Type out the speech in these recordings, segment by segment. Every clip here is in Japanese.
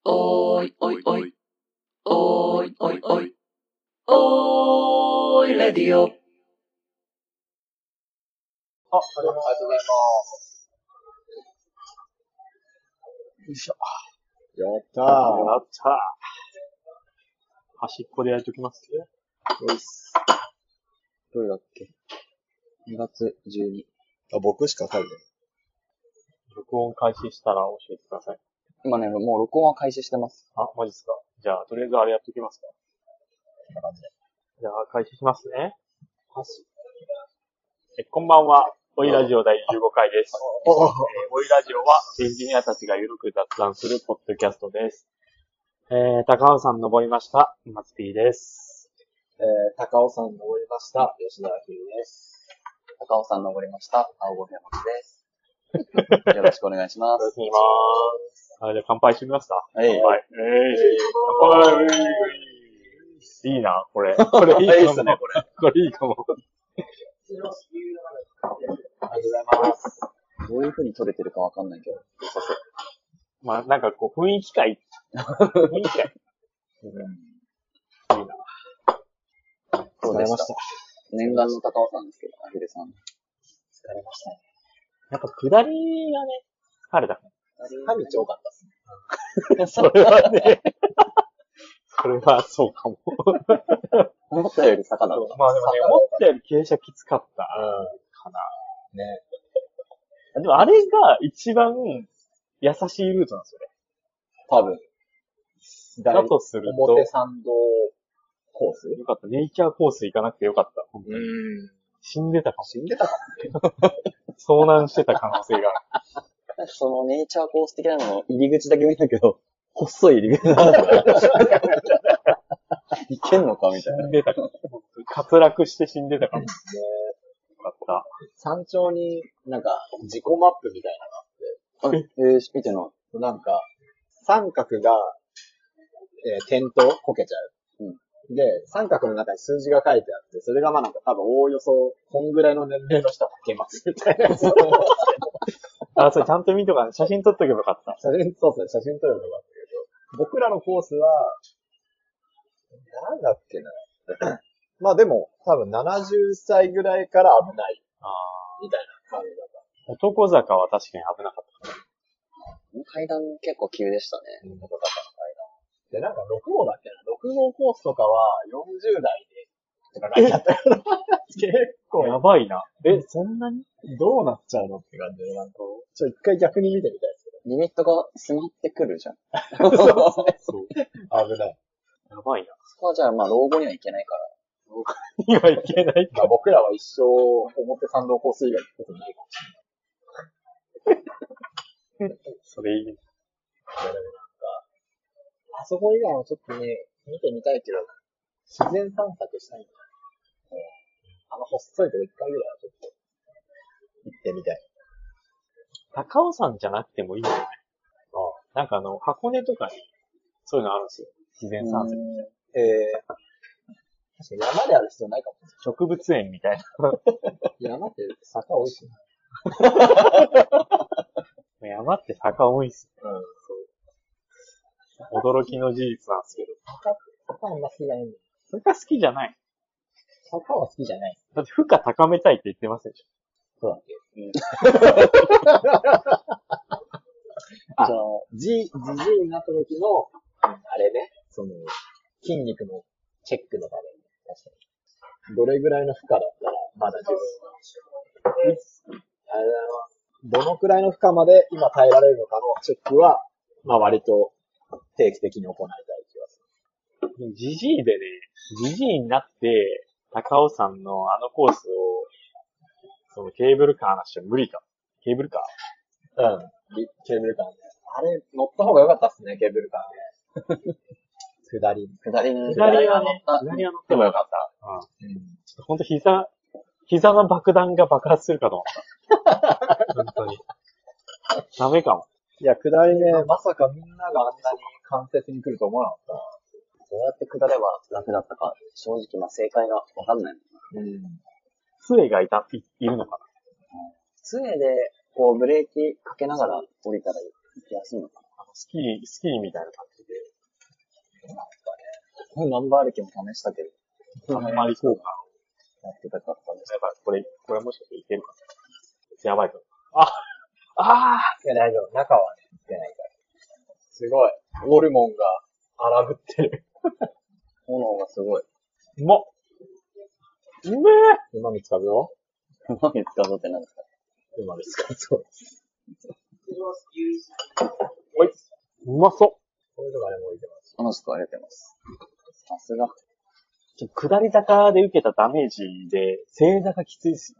おーいおいおい、おーいおいおい、おーいレディオ。 ありがとうございます。よいしょ。 やったー。 やったー。端っこで焼いときますね。 よいっす。 どれだっけ ?2 月12。 あ、僕しか書いてない。 録音開始したら教えてください。 今ね、もう録音は開始してます。 あ、マジっすか。じゃあ、とりあえずあれやっときますか。 こんな感じで。 じゃあ、開始しますね。こんばんは。おいラジオ第15回です。おいラジオはエンジニアたちがゆるく雑談するポッドキャストです。高尾山登りました。松 P です。 高尾山登りました。吉田明です。 高尾山登りました。青森山です。よろしくお願いします。 よろしくお願いします。はい、じゃあ乾杯してみますか。 はい。 乾杯。いいな、これ。これいいかも。 いいっすね、これ。 これいいかも。 ありがとうございます。 どういう風に撮れてるかわかんないけど。 まあ、なんかこう、雰囲気感。雰囲気感。いいな。 そうでした。念願の高尾山ですけど、アヒルさん。 疲れましたね。 やっぱ下りがね、疲れた。 坂道多かったっすね。 それはね、それはそうかも。 思ったより坂だろ。 まあでもね、思ったより傾斜きつかったかな。 ね。 でもあれが一番優しいルートなんですよね。 多分。 だとすると。 表参道コース？ よかった。ネイチャーコース行かなくてよかった。死んでたかも。 死んでたか遭難してた可能性がある。 そのネイチャーコース的なのの入り口だけ見たけど、細い入り口なんだよ。いけんのかみたいな。 死んでたかも。滑落して死んでたかも。ね。よかった。 山頂になんか自己マップみたいなのがあって。 見てない。 なんか、三角が、点とこけちゃう。で、三角の中に数字が書いてあって、それがまあなんか多分おおよそ、こんぐらいの年齢の人は書けますみたいなやつ。 あ、それちゃんと見とか、写真撮っとけばよかった。 そうですね、写真撮ればよかったけど、僕らのコースは、なんだっけな。まあでも、多分70歳ぐらいから危ない。みたいな感じだった。 男坂は確かに危なかった。 階段結構急でしたね。 男坂の階段。で、なんか6号だっけな。6号コースとかは40代で、とか書いてあったよ。結構やばいな。そんなにどうなっちゃうのって感じで、なんか、一回逆に見てみたいですリミットが迫ってくるじゃん。 そう。 けど。危ない。 やばいな。 そこはじゃあまあ老後にはいけないから。 にはいけないか。 まあ僕らは一生表参道コース以外行くことないかもしれない。 それいい。 いやでもなんか、あそこ以外もちょっとね、見てみたいけど、自然散策したいんだ。細いとこ一回ぐらいはちょっと、行ってみたい。 高尾山じゃなくてもいいんだよね。なんか箱根とかに、そういうのあるんですよ。自然散策。 確かに山である必要ないかもしれない。 植物園みたいな。 山って坂多いしな。 山って坂多いっす。 そう。 驚きの事実なんですけど。 坂あんま好きじゃないんだよ。 坂好きじゃない。 坂は好きじゃない。 だって負荷高めたいって言ってませんでしそうだっけ。 じゃあ、 じじいになった時の、あれね、筋肉のチェックのために、確かに。どれぐらいの負荷だったら、まだ十分。ありがとうございます。どのくらいの負荷まで今耐えられるのかのチェックは、まあ割と定期的に行いたい気がする。 ジジイでね、ジジイになって、高尾山のあのコースを、ケーブルカーなしは無理か。ケーブルカーケーブルカーね。あれ、乗った方が良かったっすね、ケーブルカーね。下りは乗ってもよかった。ちょっとほんと膝の爆弾が爆発するかと思った。本当に。ダメかも。 いや、下りね、まさかみんながあんなに関節に来ると思わなかったな。 どうやって下れば楽だったか、正直まあ正解がわかんない。 杖がいるのかな。 杖で、こうブレーキかけながら降りたら行きやすいのかな。 スキーみたいな感じ。 ナンバー歩きも試したけど、 あんまり効果やってたかったんです。 やばい、これもしかしていけるかな。やばいと。ああいや、大丈夫。中はね、いってないから。すごい。ホルモンが荒ぶってる。 炎がすごい。 うまっ。うめえうまみつかずよ。 うまみつかぞってなんですか？ うまみつかずよ。 おい。うまそう。 こういうのがね、もう置いてます。 楽しくありがとうございます。さすが。 下り坂で受けたダメージで、正座がきついっすよ。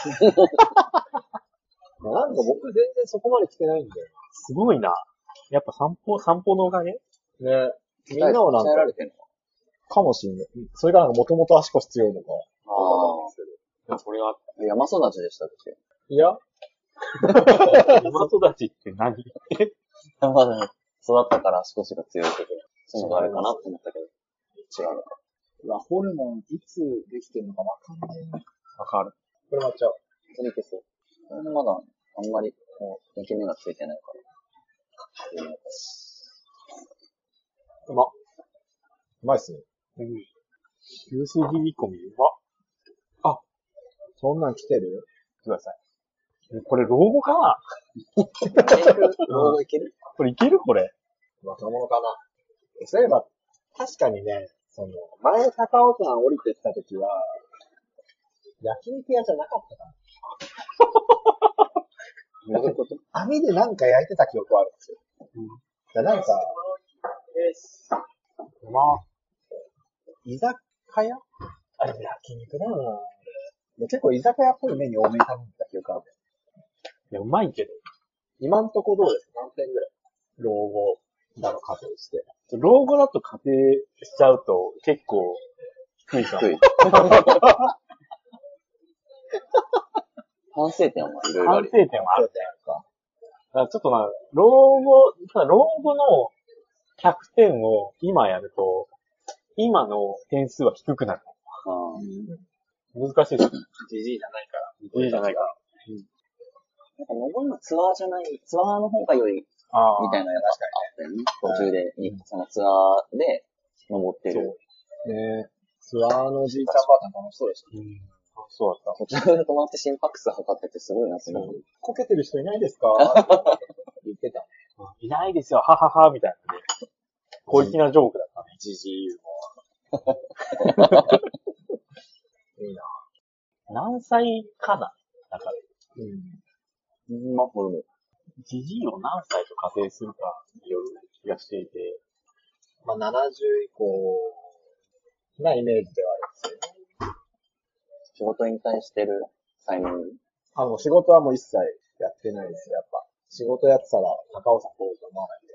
なんか僕全然そこまで来てないんだよすごいな。やっぱ散歩のおかげな。ね。みんなをなん鍛えらか、 れてんのかもしんない。それがなんかもともと足腰強いのか。 これは、 山育ちでしたっけ？ いや、 山育ちって何山で育ったから足腰が強いとか、そういうのがあるかなと思ったけど、違うのか。 ホルモンいつできてるのかわかんないな。 わかる。 これ抹茶。 取り消す。これまだ、あんまり、こう、焼き目がついてないから。 うまいっすね。 牛すじ煮込みうまっ。 そんなん来てる？ ください。これ老後かな老後いける？ これいけるこれ。 若者かな。そういえば、確かにね、前高尾山降りてきたときは、焼肉屋じゃなかったかな。 どういうこと？ 網でなんか焼いてた記憶はあるんですよ。なんか、居酒屋あれ、焼肉だよな。で結構居酒屋っぽいメニュー多めに頼んだ記憶ある。 いや、うまいけど。 今んとこどうですか？何点ぐらい？老後だの仮定して。 老後だと仮定しちゃうと結構低いかも。 低い。反省点はまあいろいろある。 反省点はある。だからちょっと老後の100点を今やると、今の点数は低くなる。難しいです。 じじいじゃないから。 いいじゃないか。 なんか登るのツアーじゃない、ツアーの方が良い、みたいなのがあったよね。途中で、そのツアーで登ってる。 ねツアーのじいちゃんばあちゃん楽しそうでした。 そうだっ途中で止まって心拍数測っててすごいなって思う。 こけてる人いないですか言ってた。 た。いないですよ、ははは、みたいなね。小粋なジョークだったね、じじいユーモア。いいな。何歳かなだから。 まあ、俺も。 じじいを何歳と仮定するかによる気がしていて。 まあ、70以降なイメージではあるんですよね。 仕事引退してる際に。 仕事はもう一切やってないですよ、やっぱ。仕事やってたら、高尾さん来ると思わない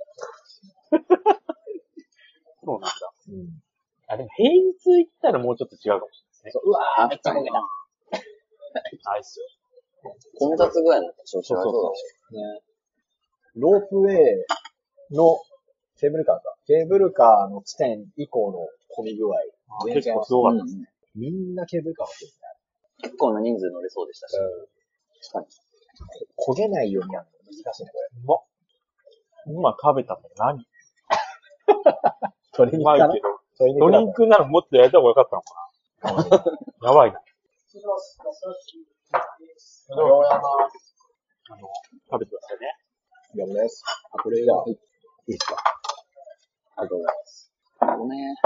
そうなんだ。 んで。 あ、でも平日行ったらもうちょっと違うかもしれないですね。 うわめっちゃこけた。 ないっすよ。 混雑ぐらいの調子がそうね。ロープウェイのケーブルカーか。ケーブルカーの地点以降の混み具合。 結構すごかった。 みんなケーブルカー乗ってる結構な人数乗れそうでしたし。確かに。 焦げないようにやるの難しいね、これ。 今食べたの何鶏肉かなうまいけど。鶏肉ならもっとやりた方がよかったのかな。やばいな。食べてくださいね。 了解です。これじゃあ、いいですか。 ありがとうございます。ごめん。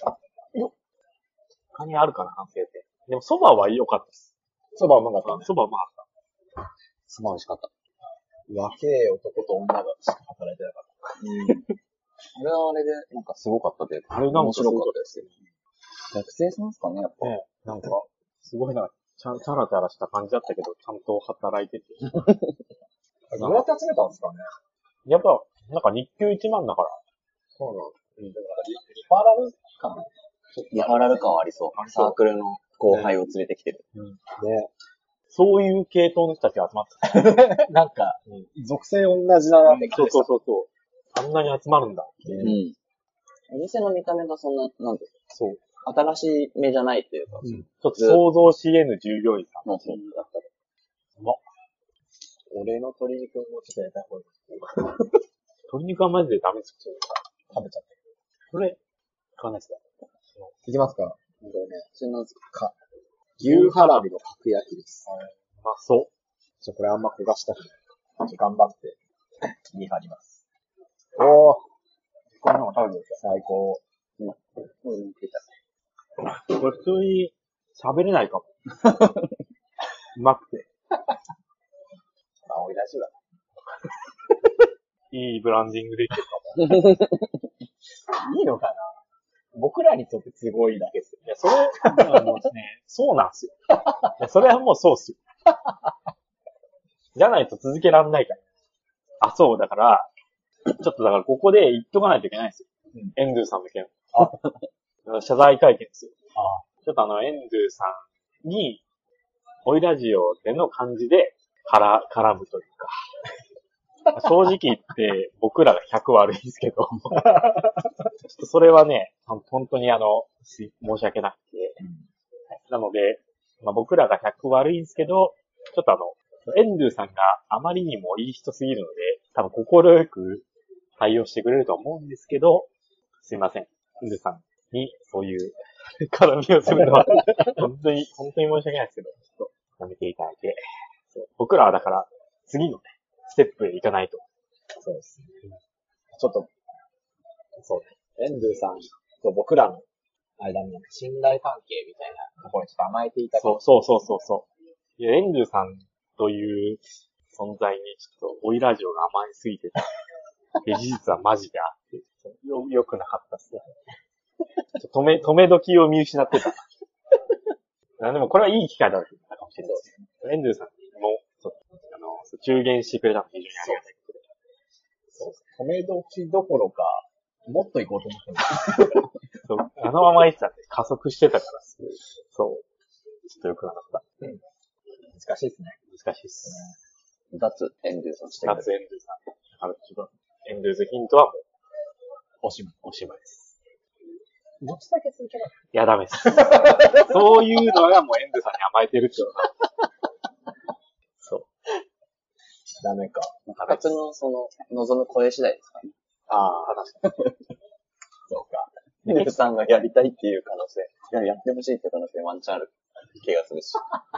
他にあるかな、反省点。でも、蕎麦は良かったです。 そばうまかったね。 蕎麦うまかった。 すごい美味しかった。 若え男と女がしか働いてなかった。 あれはあれで、なんかすごかったで。 あれなんか面白かったですよね。学生さんですかね、やっぱ。 ね、なんか、すごいチャラチャラした感じだったけど、ちゃんと働いてて。 どうやって集めたんですかね。 やっぱ、なんか日給1万だから。 そうなの。リファラルかな。 リファラル感はありそう。サークルの後輩を連れてきてる。 ね。 そういう系統の人たちが集まってた。 なんか、属性同じだなってそうそうそうそう。あんなに集まるんだ。 うん。お店の見た目がそんな、なんていうか、 そう。 新しい目じゃないっていうか、 ちょっと想像し得ぬ従業員さん。 そうだった。 俺の鶏肉もちょっとやった方がいい。 鶏肉はマジでダメですよ。 食べちゃった。 それ、 かんないですか？ いきますか？これね、 それなんですか？ 牛ハラミの角焼きです。 まあ、そう。 これあんま焦がしたくない。頑張って、見張ります。おー。こんなの食べてください。最高。 これ普通に喋れないかも。うまくて。 追い出しだ。 いいブランディングできてるかも。 いいのかな？僕らにとってすごいだけですよ。 いや、それ、もうね、そうなんですよ。いや、それはもうそうっすよ。じゃないと続けらんないから。あ、そう、だから、ちょっとだからここで言っとかないといけないんですよ。エンドゥさんの件。謝罪会見ですよ。ちょっとエンドゥさんに、オイラジオでの感じで絡むというか。正直言って僕らが100悪いんですけど。ちょっとそれはね、本当に申し訳なくて。なので、まあ、僕らが100悪いんですけど、ちょっとエンドゥさんがあまりにもいい人すぎるので、多分心よく対応してくれると思うんですけど、すいません。エンドゥさんにそういう絡みをするのは、本当に申し訳ないですけど、ちょっとやめていただいて。僕らはだから、次のね、ステップへ行かないと。 そうですね。ちょっと、そうね。エンドゥさんと僕らの間に信頼関係みたいなところにちょっと甘えていたから。 そう。いや、エンドゥさんという存在にちょっと、オイラジオが甘えすぎてた。事実はマジであって、良くなかったっすね。止め時を見失ってた。でもこれはいい機会だったかもしれないです。エンドゥさんも、中言してくれたの非常にありがたいことで。 そう。止め時どころか、もっと行こうと思ってる。 そう、あのまま行ってたんで加速してたから、そう。ちょっと良くなかった。 難しいですね。 難しいっすね。 脱エンドゥさんしてくれる。 脱エンドゥさん。だからちょっと、エンドゥズヒントはもう、おしまいです。 もうちょっとだけ続けない。 いや、ダメです。そういうのがもうエンドゥさんに甘えてるっていうのが。そう。 ダメか。 別の望む声次第ですかね。 確かに。 そうか。エンドゥさんがやりたいっていう可能性、やってほしいっていう可能性ワンチャンある気がするし。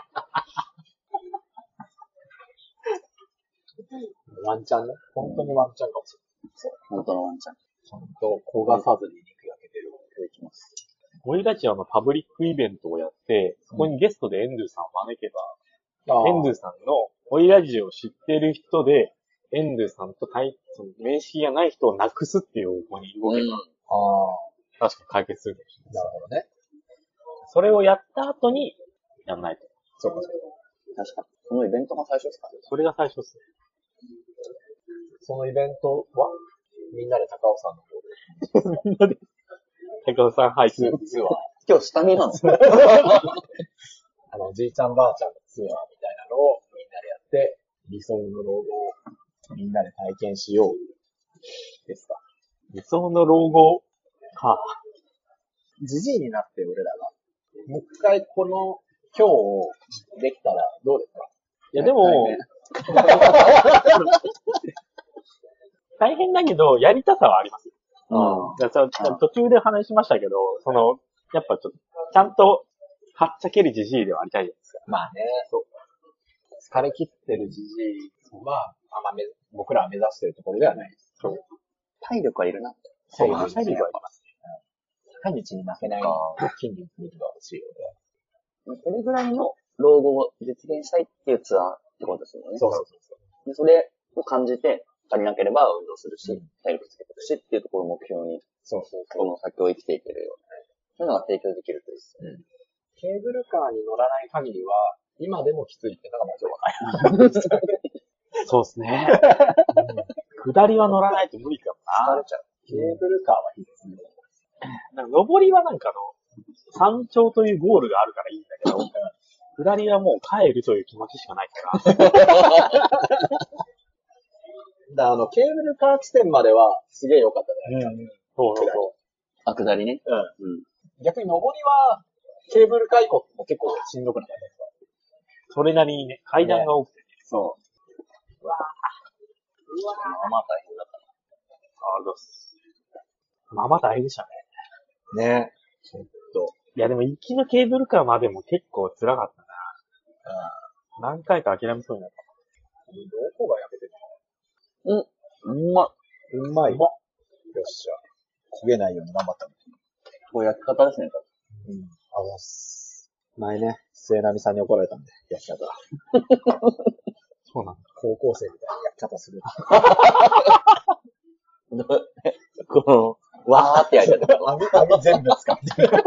ワンチャンね。本当にワンチャンかもしれない。 そう、本当のワンチャン。 ちゃんと焦がさずに肉焼けてるのができます。 オイラジオのパブリックイベントをやって、そこにゲストでエンドゥさんを招けば、エンドゥさんのオイラジオを知ってる人で、エンドゥさんとその面識がない人をなくすっていう方向に動けば、確かに解決するかもしれない。 なるほどね。 それをやった後に、やんないと。 そうか。 確かに。そのイベントが最初ですかね。 それが最初ですね。 そのイベントは、みんなで高尾さんの方で。 みんなで、高尾さん配信。 ツアー。 今日下見なんですか？ じいちゃんばあちゃんのツアーみたいなのをみんなでやって、理想の老後をみんなで体験しよう。ですか。 理想の老後か。 じじいになって俺らが。もう一回この今日をできたらどうですか？ いやでも、大変だけど、やりたさはありますよ。途中で話しましたけど、やっぱちょっと、ちゃんと、はっちゃけるじじいではありたいじゃないですか。 まあね。そう。疲れ切ってるじじいは、僕らは目指してるところではないです。 そう。 体力はいるなって。 そう、体力はありますね。 坂道に負けない筋肉が欲しいので。 それぐらいの老後を実現したいっていうツアーってことですよね。 そう。 でそれを感じて、足りなければ運動するし、体力つけていくしっていうところを目標に、この先を生きていけるような、そういうのが提供できるといいですね。 ケーブルカーに乗らない限りは、今でもきついっていうのがまず分かる。 そうですね。下りは乗らないと無理かもな。 疲れちゃう。ケーブルカーは必須。 なんか上りは山頂というゴールがあるからいいんだけど、下りはもう帰るという気持ちしかないから。 ケーブルカー地点まではすげえ良かったじゃないですか。 そう。下りね。 逆に上りは、ケーブルカー以降も結構しんどくなったですか？ それなりにね、階段が多くてね。 そう。 まあ大変だったな。 まあまあ大変でしたね。 ね。ちょっと。 いやでも行きのケーブルカーまでも結構辛かったな。何回か諦めそうになった。 どこが焼けてるの？ うまっ。 うまい。よっしゃ。焦げないように頑張ったの。 こう焼き方ですね。 あざっす。前ね、末波さんに怒られたんで、焼き方。 そうなんだ。 高校生みたいな焼き方する。 この、わーって焼いてる。 網全部使って。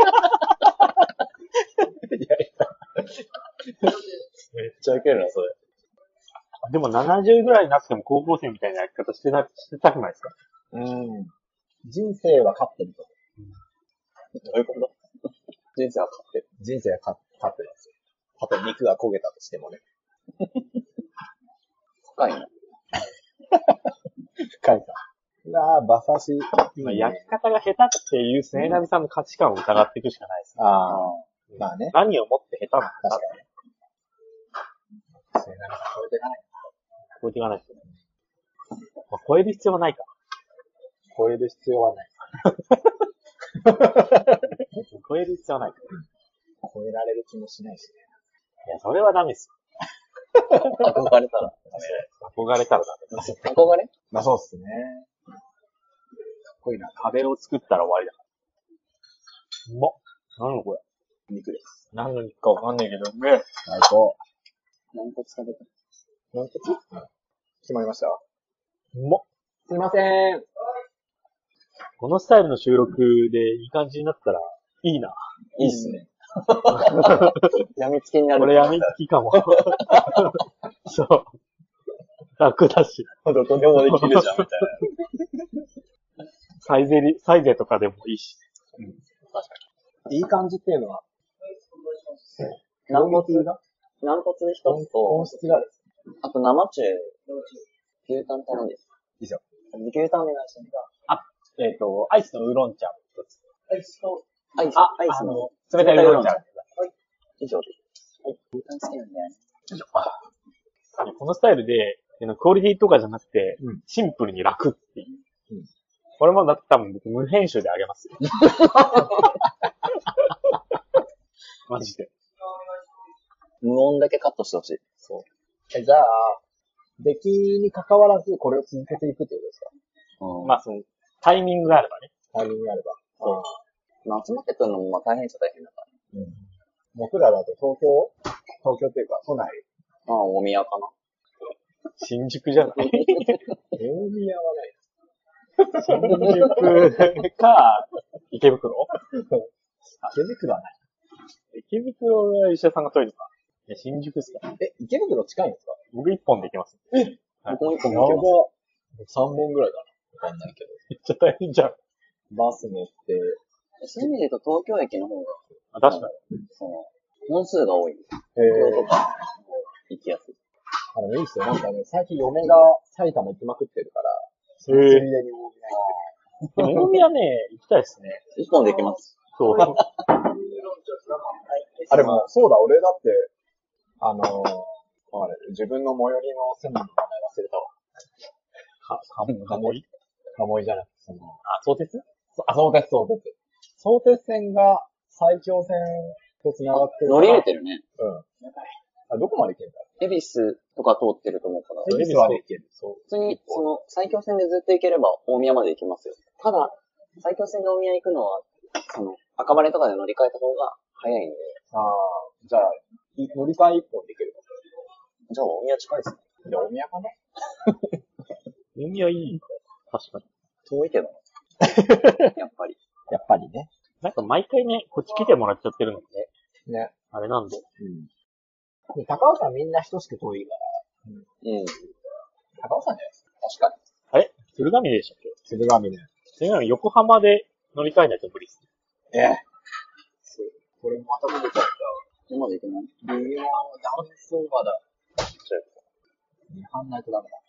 めっちゃウケるな、それ。 でも70ぐらいになっても高校生みたいな焼き方してたくないですか？ 人生は勝ってると。 どういうこと？人生は勝ってる。 人生は勝ってるんですよ。たとえ肉が焦げたとしてもね。 深いな。 深いか。馬刺し。 まあ、焼き方が下手っていう末波さんの価値観を疑っていくしかないですね。 まあね。 何をもって下手なのか。 確かに。末波さん超えていかない。 超えていかないですよね。まあ、超える必要はないか。 超える必要はない。 超える必要はないか。 超えられる気もしないしね。 いや、それはダメですよ。 憧れたら。 憧れたらダメです。 憧れ？ まあそうっすね。かっこいいな。 壁を作ったら終わりだから。うまっ。何のこれ。 肉です。 何の肉かわかんないけど、うめえ。 最高。 軟骨食べた。 軟骨？決まりました？ うまっ。 すいません。 このスタイルの収録でいい感じになったら、いいな。 いいっすね。 病みつきになる。 これやみつきかも。そう。楽だし。 どこでもできるじゃん、みたいサイゼとかでもいいし。 いい感じっていうのは、 軟骨で一つと、 音質が、 あと生中、牛タン頼んで。 以上。 牛タンお願いします。 アイスのウーロン茶一つ。 アイスの、 冷たいウーロン茶。 以上で。牛タン好きなんだよね。 このスタイルで、クオリティとかじゃなくて、シンプルに楽っていう。これもだって多分僕無編集であげますよ。マジで。 無音だけカットしてほしい。 そう。じゃあ、出来に関わらずこれを続けていくってことですか？ まあその、タイミングがあればね。 タイミングがあれば。 まあ集まってくるのもまあ大変っちゃ大変だから。 僕らだと東京っていうか都内。 大宮かな。 新宿じゃない。 大宮はない。 新宿か、池袋池袋はない。 池袋は医者さんが遠いのか。いや、新宿っすか。 池袋近いんですか？ 僕一本で行けます。 僕も一本やば。 行けます。 3本ぐらいかな。わかんないけど。 めっちゃ大変じゃん。 バス乗って。 そういう意味で言うと東京駅の方が、 確かに。 本数が多い。東京とか、行きやすい。 いいっすよ。なんかね、最近嫁が埼玉行きまくってるから、ついでに大宮行ってでも大宮ね、行きたいですね。 一本で行けます。 そう。 あれも、そうだ、俺だって、自分の最寄りの線路の名前忘れたわ。鴨居じゃなくて、 相鉄相鉄線が埼京線と繋がってる。 乗り入れてるね。 どこまで行けんだ？ 恵比寿とか通ってると思うから。 恵比寿は行ける。 普通に、埼京線でずっと行ければ大宮まで行けますよ。ただ、埼京線で大宮行くのは、赤羽とかで乗り換えた方が早いんで。 じゃあ、乗り換え1本で行けるの？ じゃあ大宮近いですね。 じゃあ大宮かな？ 大宮いい。確かに。 遠いけど。やっぱりね。 なんか毎回ね、こっち来てもらっちゃってるので。 ね。 あれなんで。 高尾さんみんな等しく遠いから。高尾山じゃないですか。確かに。 あれ鶴ヶ峰でしたっけ？ 鶴ヶ峰。 鶴ヶ峰横浜で乗り換えないと無理ですね。 そう。これまた出ちゃった。 今で行けない？ 微妙、断層まだ。見張んないとダメだ。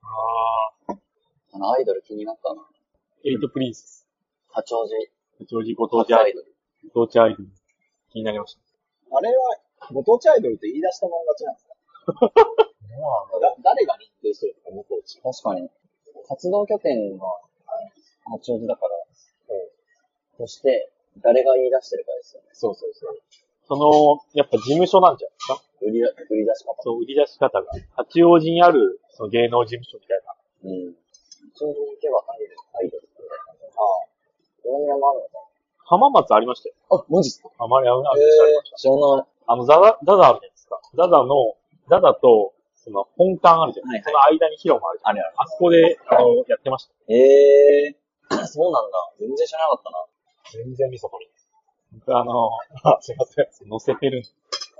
アイドル気になったな。 エイトプリンセス。 八王子ご当地アイドル。ご当地アイドル。気になりました。 あれは、ご当地アイドルって言い出したもん勝ちなんですか？誰が認定してるの？ご当地。 確かに。活動拠点が八王子だから、そして、 誰が言い出してるかですよね。 そうそうそう。 やっぱ事務所なんじゃないですか。 売り出し方。 そう、売り出し方が。八王子にある、その芸能事務所みたいな。 うん。普通に行けばアイドルみたいな感じ。ああ。大宮もあるのか浜松ありましたよ。 な。あ、マジっすか？ あまりありました。 知らない。 ダダあるじゃないですか。ダダと、その本館あるじゃないですか。 はいはいその間に広間あるじゃん。 あれあれ。 あそこで、やってました。 そうなんだ。全然知らなかったな。 全然味噌取り。 僕すいません。 乗せてるんです。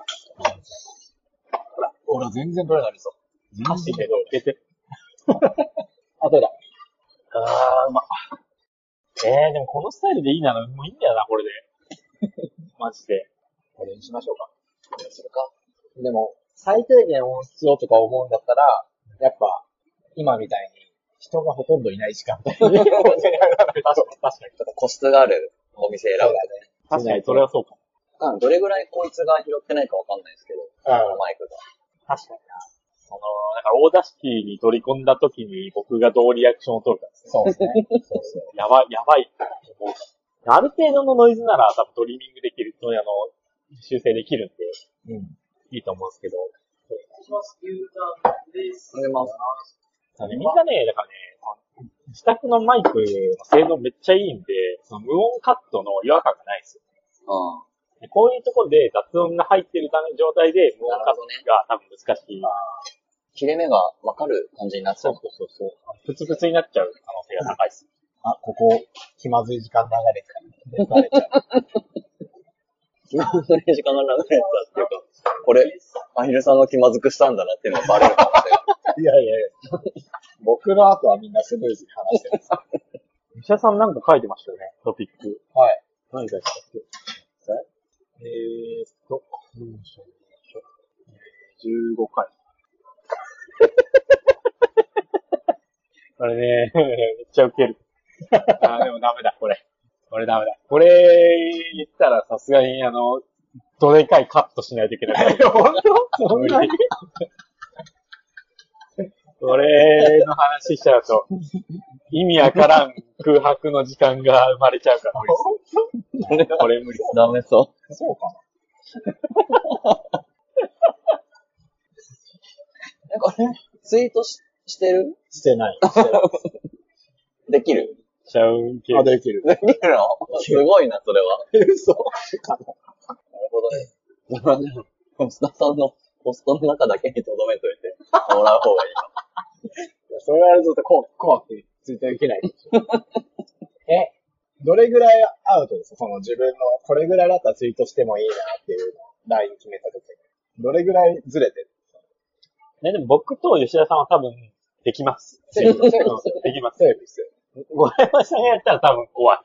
ほら、全然取れない味噌。 箸で乗っけて。 あ、取れた。 うま。でもこのスタイルでいいなら、もういいんだよな、これで。マジで。 これにしましょうか。 これするか。 でも、最低限音質をとか思うんだったら、やっぱ、今みたいに人がほとんどいない時間帯に。確かに。 ちょっと個室があるお店選ぶ。 確かに、それはそうかも。 どれぐらいこいつが拾ってないかわかんないですけど、マイクが。 確かにな。だから、オーダーシティに取り込んだ時に僕がどうリアクションを取るかですね。 そうですね。そうそう。 やばいと思う。ある程度のノイズなら多分トリミングできる、修正できるんで、いいと思うんですけど。 お願いします。 みんなね、だからね、自宅のマイクの性能めっちゃいいんで、その無音カットの違和感がないですよ。こういうところで雑音が入ってる状態で無音カットが多分難しい。 切れ目がわかる感じになっちゃう。 そう。プツプツになっちゃう可能性が高いです。 あ、ここ、気まずい時間流れちゃう。 気まずい時間が流れたっていうか、これ、アヒルさんが気まずくしたんだなっていうのがバレる可能性が。 いや。僕の後はみんなスムーズに話してるんです。 医者さんなんか書いてましたよね、トピック。 はい。 何書いてたっけ15回。これね、めっちゃウケる。でもダメだ、これ。これダメだ。これ言ったらさすがにどでかいカットしないといけない。本当？そんなにこれの話しちゃうと、意味わからん空白の時間が生まれちゃうから無理です。これ無理です。 ダメそう。 そうかな。 これ、ツイートしてる？ してない。 できる？ ちゃうけあ、できる。 できるの？すごいな、それは。 嘘かな。 なるほどね。ホストさんのポストの中だけに留めといてもらう方がいいか。 それはずっとこうってツイートできない。どれぐらいアウトですか？その自分のこれぐらいだったらツイートしてもいいなっていうのをライン決めたときに。どれぐらいずれてる？ でも僕と吉田さんは多分できます。 セーフですよ。 できます。 セーフですよ。 小山さんやったら多分怖い。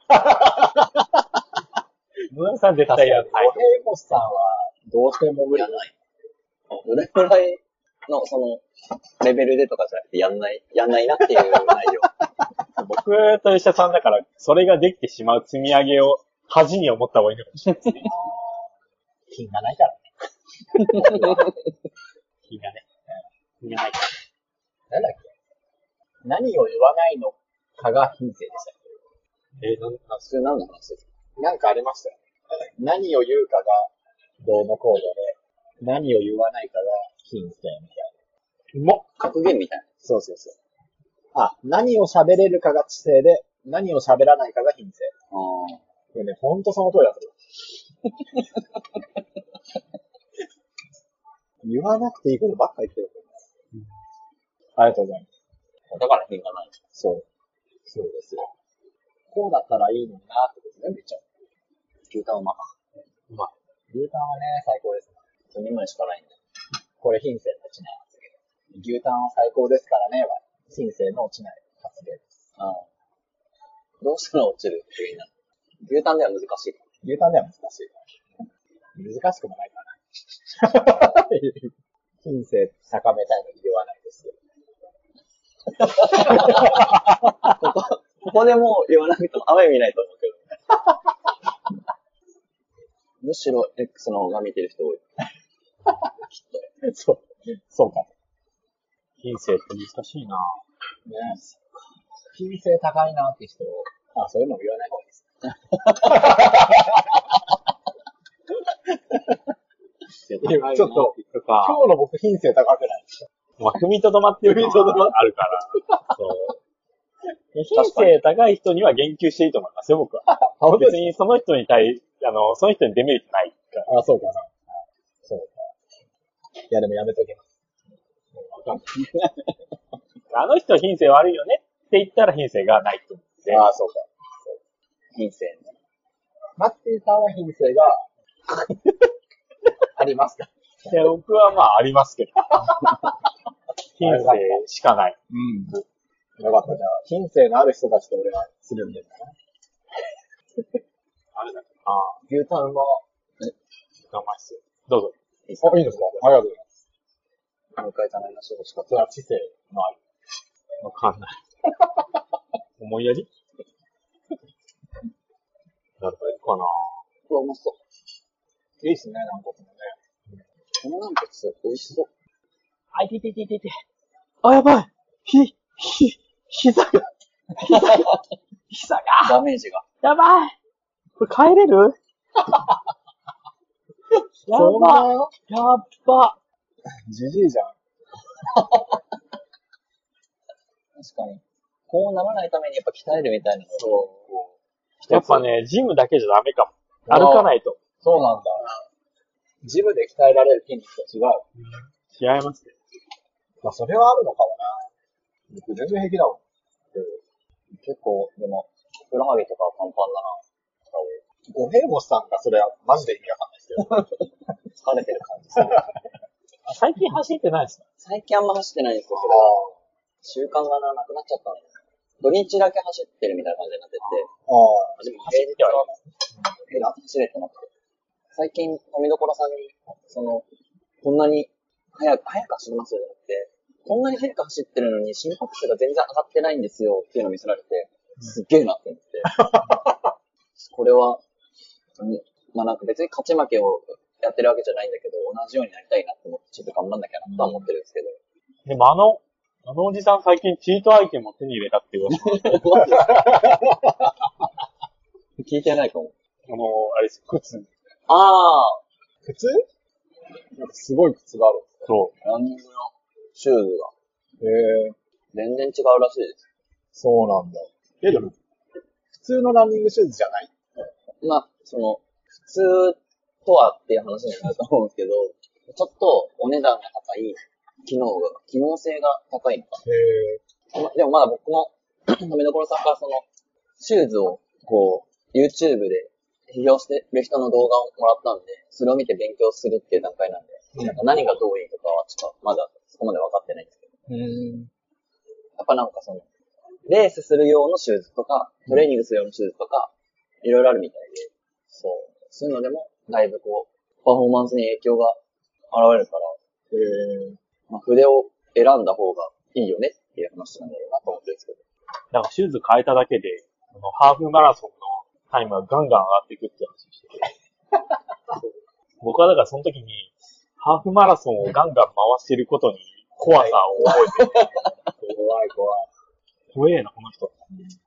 小山さん絶対やらない。 小平ボスさんはどうしても無理。 やらない。どれくらいの、レベルでとかじゃなくてやんないなっていう内容。 僕と吉田さんだから、それができてしまう積み上げを恥に思った方がいいのかもしれないですね。 品がないからね。 品がないから。 なんだっけ？何を言わないのかが品性でしたっけ？ それ何の話ですか？ なんかありましたよね。何を言うかがどうのこうので、何を言わないかが品性みたいな。 格言みたいな。 そう。あ、何を喋れるかが知性で、何を喋らないかが品性。これね、ほんとその通りだと思う。言わなくていいことばっかり言ってる。ありがとうございます。 だから品がない。 そうですよ。こうだったらいいのになってことね、めっちゃ。 牛タンうまか。 うまい。牛タンはね、最高ですね。 2枚しかないんで。 これ品性の落ちない発言。牛タンは最高ですからね、は品性の落ちない発言です。 どうしたら落ちるっていうな。牛タンでは難しい。 牛タンでは難しい。難しくもないかな。品性高めたいのに言わないですよ。 ここでもう言わなくても雨見ないと思うけど。むしろ X の方が見てる人多い。きっと。 そうか。 品性って難しいな。 ね。品性高いなって人、そういうのも言わない方がいいです。 ちょっと、今日の僕品性高くない？ まあ、踏みとどまってるのがあるから。そう。品性高い人には言及していいと思いますよ、僕は。別にその人にその人にデメリットないから。 あ、そうかな。そうか。いや、でもやめときます。わかんない。 あの人品性悪いよねって言ったら品性がないと思って。 ああ、そうか。 品性ね。 マッティさんは品性がありますか？ いや、僕はまあありますけど。品性しかない。 うん。よかった。じゃあ、品性のある人たちと俺はするんですかね。 あれだけど。 牛タンは、 頑張りますよ。どうぞ。 いいですか？ありがとうございます。 迎えたないなし欲しかった。 それは知性のある。 わかんない。思いやりなるほどかな。 これうまそう。 いいっすね、軟骨もね。 この軟骨美味しそう。 あ、いて。あ、やばい。膝が。 ダメージが。 やばい。これ帰れるやば。 じじいじゃん。 確かに。こうならないためにやっぱ鍛えるみたいなのやっぱね、ジムだけじゃダメかも。歩かないと。 そうなんだ。ジムで鍛えられる筋肉と違う。 違いますね。 まあ、それはあるのかもな。僕全然平気だもん。 結構、でも、ふくらはぎとかパンパンだな。 五平本さんがそれはマジで意味わかんないですけど。 疲れてる感じですね。 最近走ってないですか？ 最近あんま走ってないんですよ、それは。習慣がなくなっちゃったんです。土日だけ走ってるみたいな感じになってて。でも平日は走れてなくて。最近、富所さんに、こんなに早く走りますよじゃなくて、こんなに早く走ってるのに心拍数が全然上がってないんですよっていうのを見せられて、すっげえなって思って。これは、まあなんか別に勝ち負けをやってるわけじゃないんだけど、同じようになりたいなって思って、ちょっと頑張んなきゃなとは思ってるんですけど。 でもあのおじさん最近チートアイテムを手に入れたって言われて聞いてないかも。 あれです、靴。 靴？なんかすごい靴がある。 そう。 ランニングのシューズが。全然違うらしいです。 そうなんだ。でも、普通のランニングシューズじゃない。 まあ、普通とはっていう話になると思うんですけど、ちょっとお値段が高い、機能性が高いのか。でもまだ僕も、富所さんからシューズを、YouTube で批評してる人の動画をもらったんで、それを見て勉強するっていう段階なんで、なんか何がどういいとかはちょっとまだそこまで分かってないんですけど。やっぱなんかレースする用のシューズとか、トレーニングする用のシューズとか、いろいろあるみたいで、そういうのでも、だいぶパフォーマンスに影響が現れるから、まあ、筆を選んだ方がいいよねっていう話なんだろうなと思ってるんですけど。 なんかシューズ変えただけで、ハーフマラソンのタイムがガンガン上がっていくって話をしてて。僕はだからその時に、ハーフマラソンをガンガン回してることに怖さを覚えてる。怖えな、この人。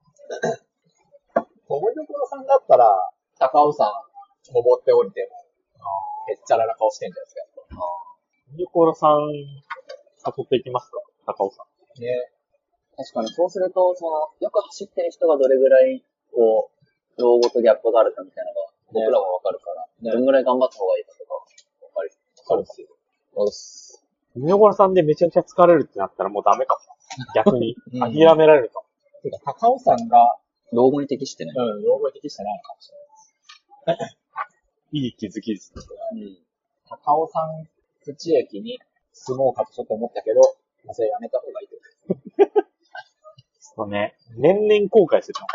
富所さんだったら、高尾山登って降りても、へっちゃらな顔してんじゃないですか。 富所さん、誘っていきますか、高尾さん。 ね。確かにそうすると、よく走ってる人がどれぐらい、老後とギャップがあるかみたいなのが、僕らもわかるから、どんぐらい頑張った方がいいかとか、わかるんですよ。 富所さんでめちゃくちゃ疲れるってなったらもうダメかも。逆に。諦められるかも。 てか、高尾山が、 老後に適してない。 老後に適してないのかもしれない。 いい気づきですね。 高尾山口駅に住もうかとちょっと思ったけど、それやめた方がいいと思う。 そうね。年々後悔してた。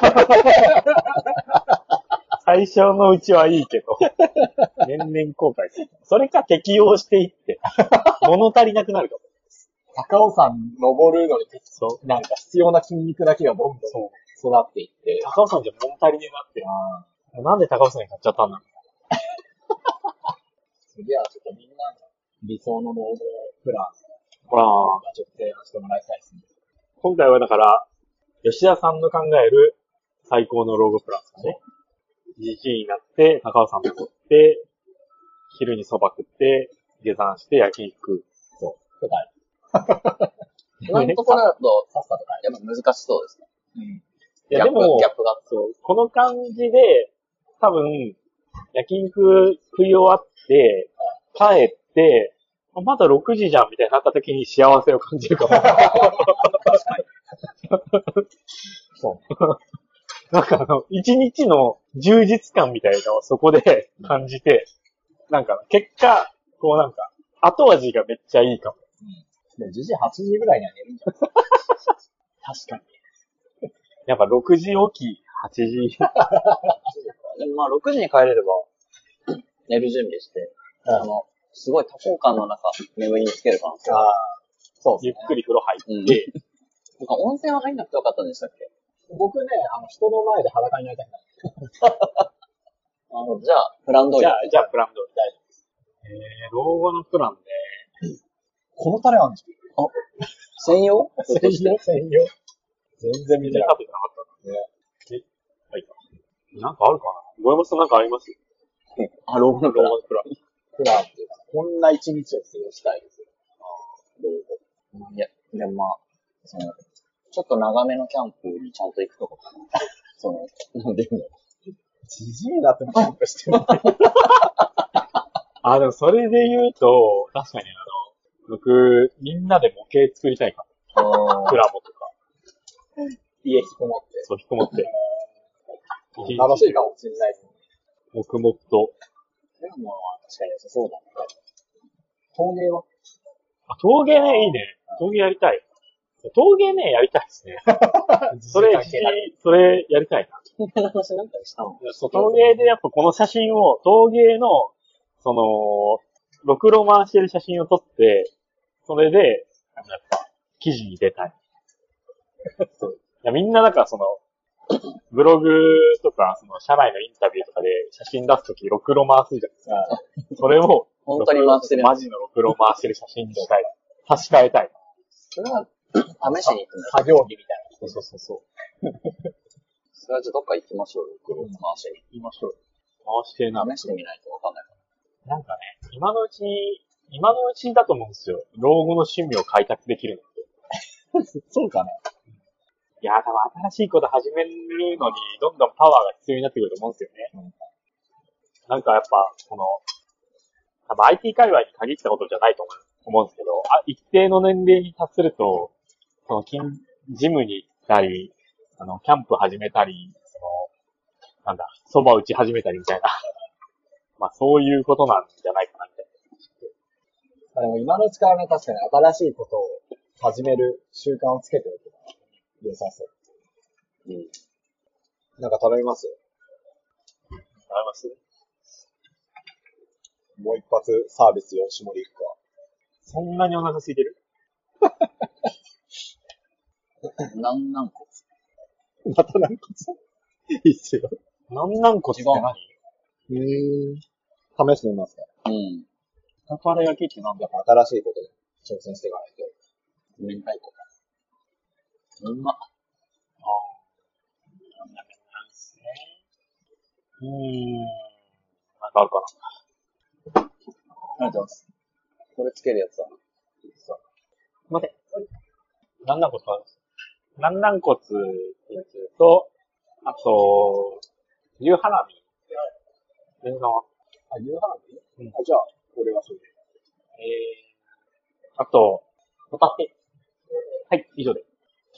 最初のうちはいいけど、年々後悔してた。それか適応していって、物足りなくなるかも。 高尾山登るのになんか必要な筋肉だけがどんどん育っていって。 高尾山じゃ物足りねえなって。なんで高尾山に買っちゃったんだろう。 次はちょっとみんなの理想の労働プランをちょっと提案してもらいたいですね。 今回はだから、吉田さんの考える最高の老後プランですかね。じじいになって、高尾山登って、昼に蕎麦食って、下山して焼肉。 そう。とか。 今のところだと、さっさとか、やっぱ難しそうですね。 うん。いや、でも、 ギャップが。 そう、この感じで、多分、焼肉食い終わって、帰って、まだ6時じゃんみたいになった時に幸せを感じるかも。確かに。そう。なんか一日の充実感みたいなのをそこで感じて、なんか、結果、こうなんか、後味がめっちゃいいかも。 でも、じじい8時ぐらいには寝るんじゃない確かに。 やっぱ6時起き、8時。 でもまあ6時に帰れれば、寝る準備して、すごい多幸感の中、眠りにつけるかな。 ああ、そうですね。 ゆっくり風呂入って、 なんか温泉は入んなくてよかったんでしたっけ？ 僕ね、人の前で裸になりたくない。 じゃあ、プラン通り。 じゃあ、プラン通り大丈夫です。老後のプランで、 このタレあるんですあ、専用専用全然見てなかっ食べてなかったね。はい。なんかあるかな？ご山さんなんかあります？ 老後のプラン。 プランっていうか、こんな一日を過ごしたいですよ。 老後。いや、でもまあ、ちょっと長めのキャンプにちゃんと行くとこかな。なんで言うの？ じじいになってもキャンプしてる。 でもそれで言うと、確かに僕、みんなで模型作りたいかも。プラモとか。 家引きこもって。 そう、引きこもって。 楽しいかもしれない。 黙々と。 プラモは確かに良さそうだね。陶芸は？ 陶芸ね、いいね。陶芸やりたい。陶芸ね、やりたいですね。それやりたいな。 陶芸の話なんかしたの？ そう、陶芸でやっぱこの写真を、陶芸の、ろくろ回してる写真を撮って、それで、やっぱ、記事に出たい。そういやみんなだからブログとか、社内のインタビューとかで写真出すとき、ろくろ回すじゃん。それを、 本当に回してる。 マジのろくろ回してる写真にしたい。差し替えたい。 それは、試しに行くんだ。 作業着みたいな。 そう。 それはじゃあどっか行きましょうよ。回しに。 言いましょう。回してな。 試してみないとわかんないから。 なんかね、今のうちだと思うんですよ。老後の趣味を開拓できるのって。 そうかな。 いや、多分新しいこと始めるのに、どんどんパワーが必要になってくると思うんですよね。なんかやっぱ、多分 IT 界隈に限ったことじゃないと思うんですけど、一定の年齢に達すると、ジムに行ったり、キャンプ始めたり、蕎麦打ち始めたりみたいな。まあそういうことなんじゃないかな、みたいな。 でも今のうちからね、確かに新しいことを始める習慣をつけておくのが良さそう。なんか頼みます？ 頼みます？ もう一発サービス吉盛行くか。 そんなにお腹空いてる？ 何個また何個いいっすよ。 何個って何？ 試してみますか？ 高原焼きってなんだ？ やっぱ新しいことに挑戦していかないと。 明太子か。うまっ。 なんですね。なんかあるかな。 ありがとうございます。これつけるやつだ。 待て。軟軟骨あるんです。軟軟骨ってやつと、あと、牛ハラミ。全然牛ハラミ？じゃあ、これはそれで。 あと、ホタテ。はい、以上で。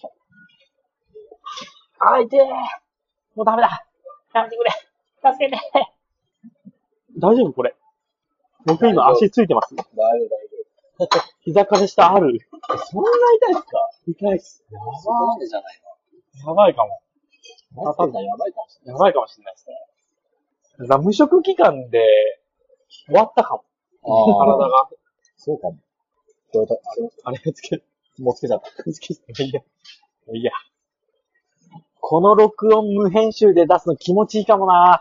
痛え！もうダメだ！やめてくれ！助けて！大丈夫これ。僕今足ついてます。 大丈夫。 膝から下ある。 そんな痛いっすか？ 痛いっす。 そこまでじゃないやばいかも。 やばいかもしれない。 やばいかもしれないですね。無職期間で終わったかも。体が。 そうかも。あれつけ、もうつけちゃった。 いや。この録音無編集で出すの気持ちいいかもな。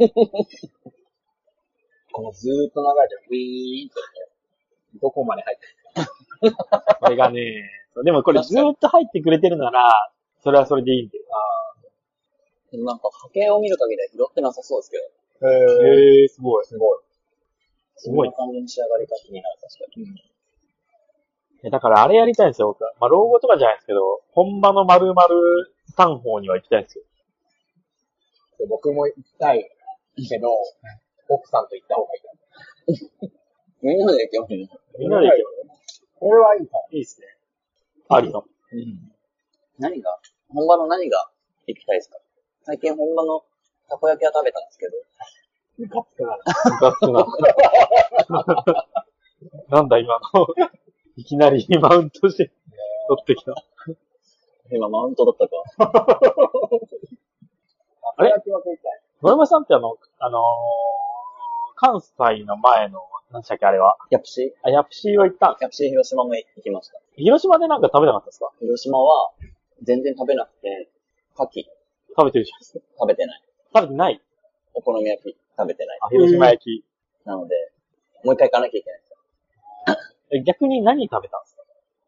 このずーっと流れてる。ウィーンとどこまで入ってるこれがね、でもこれずーっと入ってくれてるなら、それはそれでいいんだよ。 なんか波形を見る限りは拾ってなさそうですけど。 すごい。 すごい。 すごい。 こんな感じに仕上がりか気になる、確かに。 だからあれやりたいんですよ、僕は。まあ、老後とかじゃないですけど、本場の丸々単方には行きたいんですよ。 僕も行きたいけど、奥さんと行った方がいい。 みんなで行けばいいの？ みんなで行けばこれはいいかも。 いいですね。ありの。 本場の何が行きたいですか？最近本場のたこ焼きは食べたんですけど。 ムカつくな。 ムカつくな。なんだ今の。いきなりマウントして取ってきた。 今マウントだったか。 あれたこ焼きは食いたい。 野山さんって関西の前の、何でしたっけあれは。 ヤプシあ、ヤプシーは行ったんですか？ ヤプシ広島も行きました。 広島でなんか食べなかったですか？ 広島は全然食べなくて、牡蠣食べてるじゃないですか。 食べてない。 食べてない。 お好み焼き食べてない。 あ、広島焼き。 なので、もう一回行かなきゃいけないんですよ。 逆に何食べたんですか？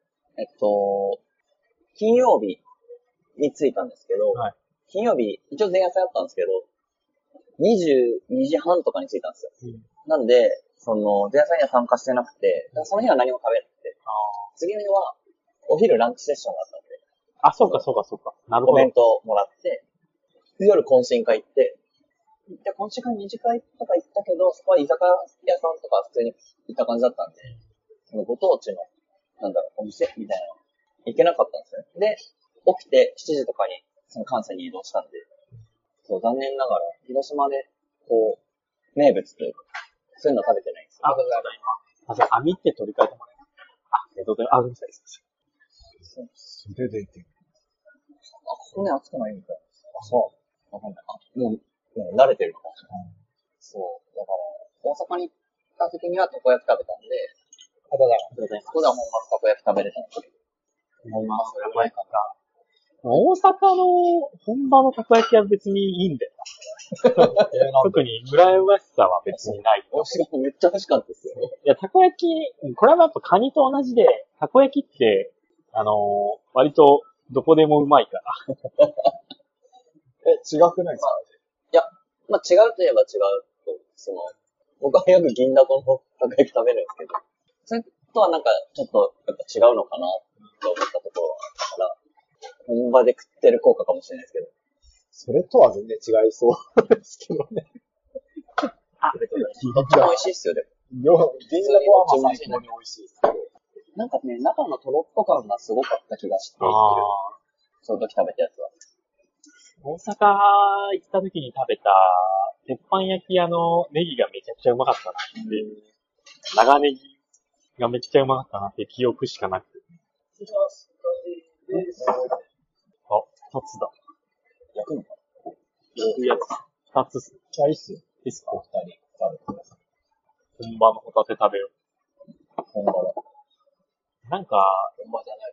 金曜日に着いたんですけど、 はい金曜日、一応前夜祭あったんですけど、22時半とかに着いたんですよ。なんで、前夜祭には参加してなくて、その日は何も食べなくて、次の日は、お昼ランチセッションがあったんで、 あ、そうか。なるほど。 お弁当もらって、夜懇親会行って、で、懇親会二次会とか行ったけど、そこは居酒屋さんとか普通に行った感じだったんで、そのご当地の、お店みたいなの行けなかったんですよね。で、起きて7時とかに、その関西に移動したんで、そう、残念ながら、広島で、名物というか、そういうの食べてないんですよ。 そうだ、今。じゃあ、網って取り替えてもらえますか？ありがとうございます。ごめんなさい。 素手で行ってる。 ここね、暑くないみたい。そう。わかんない。もう慣れてるのかもしれない。そう。だから、大阪に行った時にはたこ焼き食べたんで、 あ、だから、 そこでは本場のたこ焼き食べれたんですけど。 本場のたこ焼きか。大阪の本場のたこ焼きは別にいいんだよ。特に羨ましさは別にない。 めっちゃ美味しかったですよ。 いや、たこ焼き、これはやっぱカニと同じで、たこ焼きって、割とどこでもうまいから。 違くないですか？ いや、まあ、違うといえば違うと、僕はよく銀だこのたこ焼き食べるんですけど、それとはちょっと、やっぱ違うのかなって思ったところがあったから、本場で食ってる効果かもしれないですけど。 それとは全然違いそうですけどね。 あ、どっちも美味しいっすよ、でも。 銀だこはまあ最高に美味しいですけど。 中のトロッと感がすごかった気がして、その時食べたやつは。 大阪行った時に食べた、鉄板焼き屋のネギがめちゃくちゃうまかったなって、長ネギがめっちゃうまかったなって記憶しかなくて。あ、二つだ。 焼くのか焼くやつ。二つっす。 じゃあいいっすよ。 いいっすか？ お二人食べてください。 本場のホタテ食べよ本場だ。 う。なんか、 本場じゃない。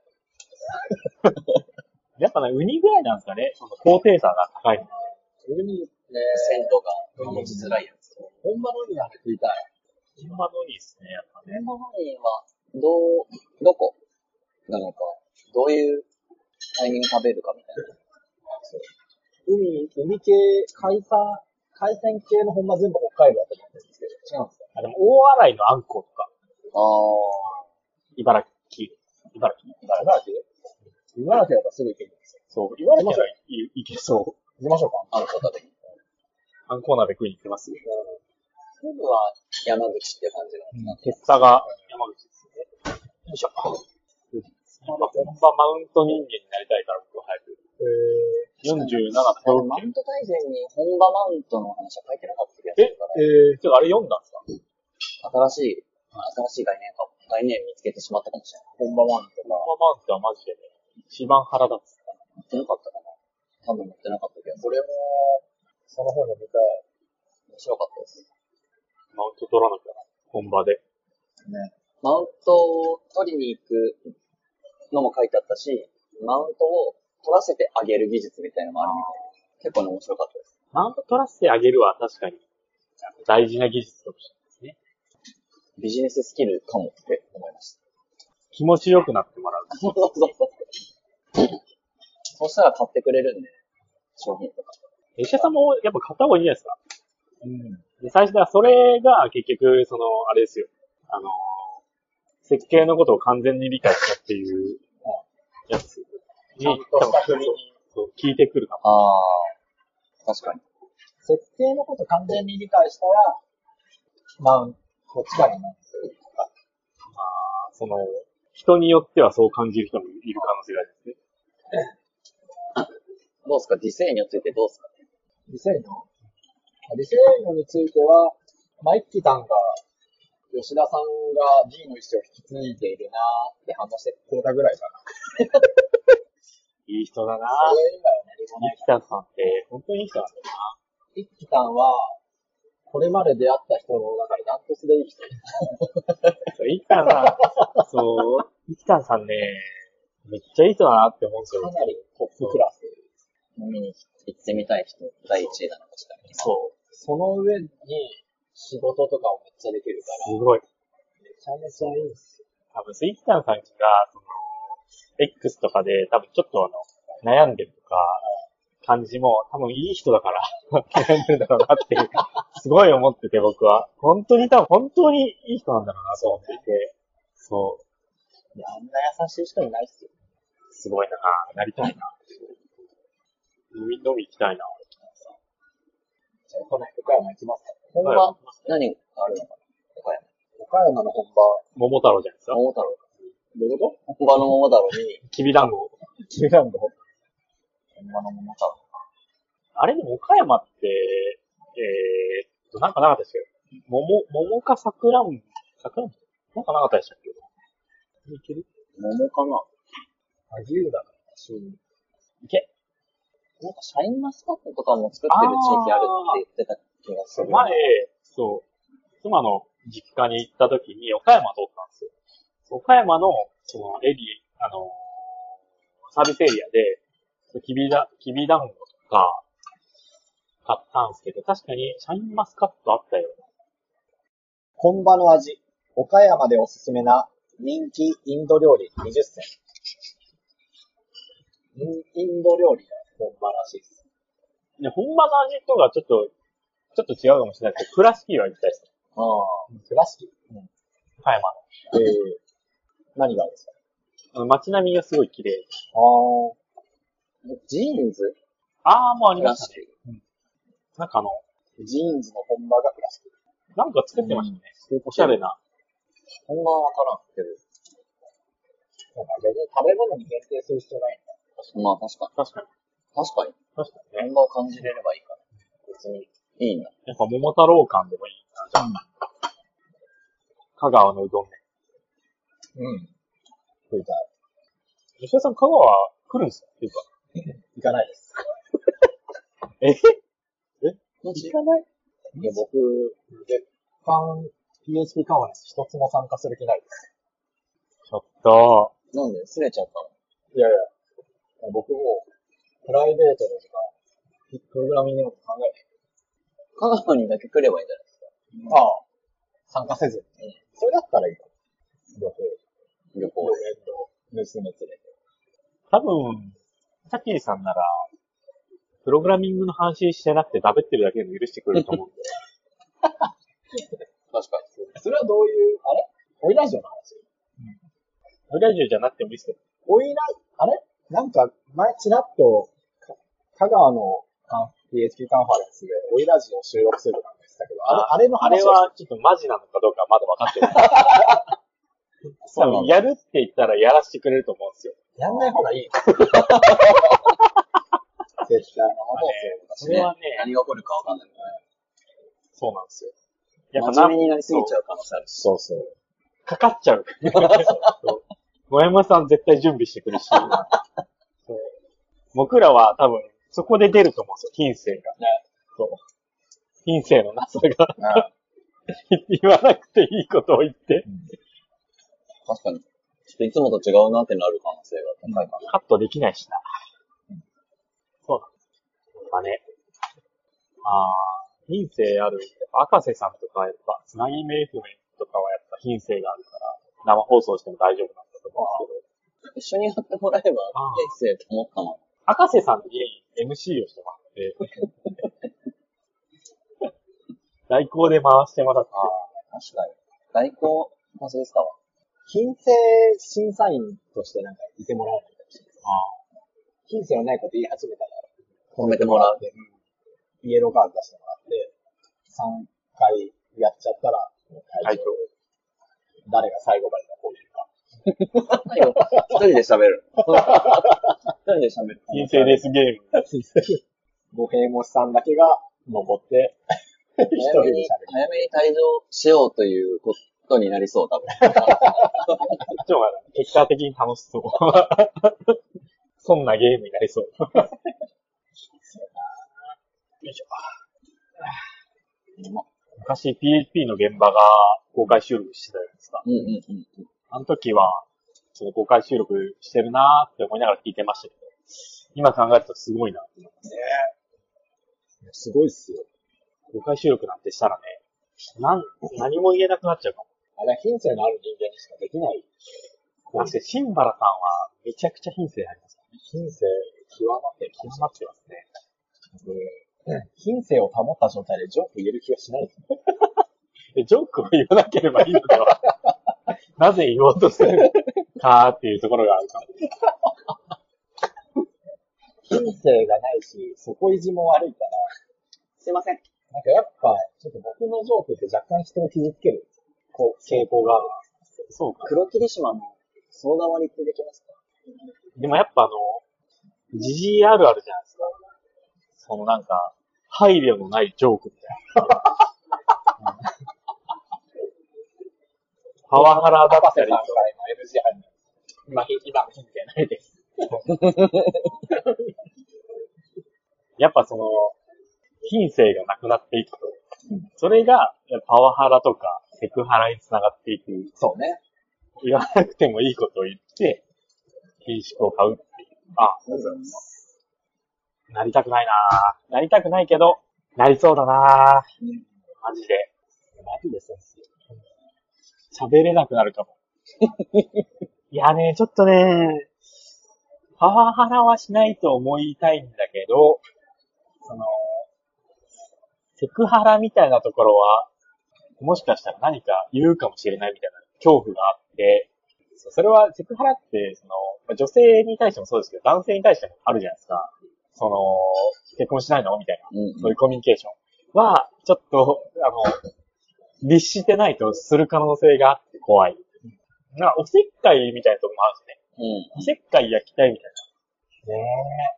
やっぱね、ウニぐらいなんですかね。その高低差が高いの。 ウニね、 鮮度が持ちづらいやつ。 本場のウニなんて食いたい。 本場のウニですね、やっぱね。 本場のウニは、どこなのか、どういうタイミング食べるかみたいな。 海系、海鮮系の本場全部北海道だと思ってるんですけど、違うんですか？ あ、でも大洗のあんことか。茨城茨城だったらすぐ行けるんですよ。 そう、茨城ならいけそう。 行きましょうか。 あんこ食べに。 あんこ鍋食いに行ってますよ。 フグは山口っていう感じの。 鉄佐が山口ですよね。よいしょ。本場マウント人間になりたいから僕は早く。47都道府県。 マウント大全に本場マウントの話は書いてなかった気がするから。 てかあれ読んだんですか？ 新しい概念見つけてしまったかもしれない。 本場マウント。本場マウントはマジでね、一番腹立つ。 持ってなかったかな？多分持ってなかったけど。 それも、その本読みたい。 面白かったです。 マウント取らなきゃな。本場で。 ね。 マウントを取りに行くのも書いてあったし、マウントを取らせてあげる技術みたいなのもあるみたいな。結構ね、面白かったです。 マウント取らせてあげるは確かに大事な技術かもしれないですね。 ビジネススキルかもって思いました。 気持ちよくなってもらう。 そうしたら買ってくれるんで、商品とか。 医者さんもやっぱ買った方がいいんじゃないですか。 うん。 で、最初だ、それが結局、あれですよ。設計のことを完全に理解したっていうやつに、 ちゃんとした国にそう、聞いてくるかも。 ああ、確かに。 設計のこと完全に理解したら、まあ、こっちからなんですよ。 人によってはそう感じる人もいる可能性があるんですね。 どうですかディセーニョについてどうですかね。 リセーノリセーノについては、マイッキタンが、吉田さんが G の意思を引き継いでいるなーって話してくれたぐらいかな。 いい人だなそれ以外は何もない。 ミキタさんって本当にいい人なんだよイッキタンは、これまで出会った人の中でダントツでいい人。 な。ミキタさん、そう、ミキタさんね、めっちゃいい人だなって思うんですよ。 かなりトップクラス。 飲みに行ってみたい人、第一位だな、確かに。 そう。 その上に、仕事とかをめっちゃできるから、 すごい。 めちゃめちゃいいんすよ。 多分、ミキタさんが、X とかで多分ちょっと悩んでるとか、感じも多分いい人だから悩んでるんだろうなってすごい思ってて僕は。本当にいい人なんだろうなと思っていて。そう。 いや、あんな優しい人いないっすよ。 すごいな。なりたいな。飲み行きたいな。 じゃあ、岡山行きますか。 本場、何があるのかな岡山。 岡山の本場、 桃太郎じゃないですか。 桃太郎。 どういうこ本場の桃太郎に、 きびだんご。 とキーランド。 本場の桃太郎。 あれでも岡山って、なんかなかったですよ。桃か桜んなんかなかったでしたっけいける桃かな萩生田から週に。 いけ。 なんかシャインマスカットとかも作ってる地域あるって言ってた気がする。 前、そう、妻の実家に行った時に岡山通ったんですよ。岡山の、サービスエリアで、きびだんごとか、買ったんですけど、確かにシャインマスカットあったよ。 本場の味。岡山でおすすめな人気インド料理20選。インド料理が本場らしいです。 で、本場の味とはちょっと違うかもしれないですけど、クラシキーは行きたいです。 ああ、クラシキ。 岡山何があるんですか？ の。街並みがすごい綺麗。 ジーンズもうありましたね。なんかジーンズの本場がクラシキ。 なんか作ってましたね。おしゃれな。 本場はわからんけど。 なんか別に食べ物に限定する必要ないんだ。 まあ確かに。 確かに。 確かに。 確かにね。 本場を感じれればいいから。別に、いいな。 やっぱ桃太郎館でもいいな。じゃあ、香川のうどんね。 食いたい。 吉田さん、香川来るんですかっていうか。 行かないです。 行かないいや、僕、月間 PHP カンファレンス一つも参加する気ないです。 ちょっと、 なんで、すれちゃったのいやいや、僕も、プライベートの時間、プログラミングのこと考えない。 香川にだけ来ればいいんじゃないですか。 ああ、参加せずに。それだったらいいかも。 旅行。 娘連れて。 多分、タキーさんなら、プログラミングの話してなくてダベってるだけでも許してくれると思うんで。 確かに。 それはどういう、あれオイラジオの話？ オイラジオじゃなくてもいいですけど。 あれなんか、前ちらっと、香川のPHP カンファレンスでオイラジオ収録するなんて言ってたけど、あれのあれ話はちょっとマジなのかどうかまだ分かってない。多分やるって言ったらやらせてくれると思うんですよ。 やんない方がいい。絶対。 それはね、 何が起こるかわかんない。 そうなんですよ。 真面目になりすぎちゃう可能性あるし。 そうそう。 かかっちゃう。小山さん絶対準備してくるし。そう僕らは多分、そこで出ると思うんですよ、品性が。そう。品性のなさが。言わなくていいことを言って。 確かに。ちょっといつもと違うなってなる可能性が高いかな。 カットできないしな。そうなんです。まあね。品性ある。赤瀬さんとかやっぱ、つなぎ目 FM とかはやっぱ品性があるから、生放送しても大丈夫なんだと思うんですけど。 一緒にやってもらえば、平成と思ったの。 赤瀬さんに MC をしてもらって、代行で回してもらって。 ああ、確かに。代行、忘れてたわ。 金星審査員としてなんかいてもらえないかもしれない。金星のないこと言い始めたら、 褒めてもらう。 イエローカード出してもらって、3回やっちゃったら、 はい。 誰が最後まで残れるか。 一人で喋る。一人で喋る。 金星レースゲーム。 五平もさんだけが残って、一人で喋る。 早めに退場しようということになりそう、多分。 結果的に楽しそう。そんなゲームになりそう。よいしょ。昔 PHP の現場が公開収録してたじゃないですか。あの時は、その公開収録してるなーって思いながら聞いてましたけど、今考えるとすごいなって思いますね。 すごいっすよ。 公開収録なんてしたらね、何も言えなくなっちゃうかも。 あれは品性のある人間にしかできない。 そしてシンバラさんはめちゃくちゃ品性ありますね。 品性極まってますね。 品性を保った状態でジョーク言える気がしないですね。 ジョークを言わなければいいのではなぜ言おうとするかっていうところがあるかも。 品性がないし、底意地も悪いから、 すいません。 なんかやっぱ、ちょっと僕のジョークって若干人を傷つける傾向がある。 そうか。 黒霧島のソーダ割りってできますか？ でもやっぱジジイあるあるじゃないですか。そのなんか、配慮のないジョークみたいな。パワハラだったり。 博士さんからの NG 入る。今の品性ないです。 やっぱ品性がなくなっていくと、それがパワハラとかセクハラにつながっていく。 そうね。 言わなくてもいいことを言って、品種を買うっていう。なりたくないなぁ。なりたくないけど、なりそうだなぁ。マジで。 マジでそうっすよ。 喋れなくなるかも。いやね、ちょっとね、パワハラはしないと思いたいんだけど、セクハラみたいなところは、もしかしたら何か言うかもしれないみたいな恐怖があって、それはセクハラって、女性に対してもそうですけど、男性に対してもあるじゃないですか。結婚しないのみたいな、そういうコミュニケーションは、ちょっと、律してないとする可能性があって怖い。おせっかいみたいなところもあるんですね。おせっかい焼きたいみたいな。ね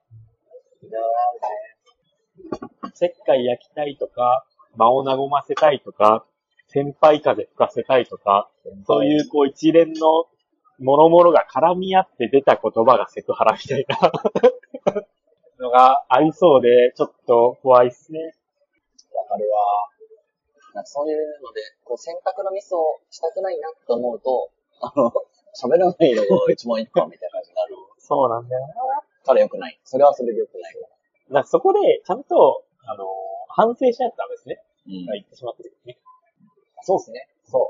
え。おせっかい焼きたいとか、場を和ませたいとか、先輩風吹かせたいとか、そういう一連の諸々が絡み合って出た言葉がセクハラみたいなのがありそうで、ちょっと怖いっすね。 わかるわ。 そういうので、選択のミスをしたくないなと思うと、喋らないのが一番いいかみたいな感じになる。 そうなんだよな。 から良くない。それはそれで良くない。 そこで、ちゃんと、反省しなくてダメですね。言ってしまった時にね。 そうですね。そう。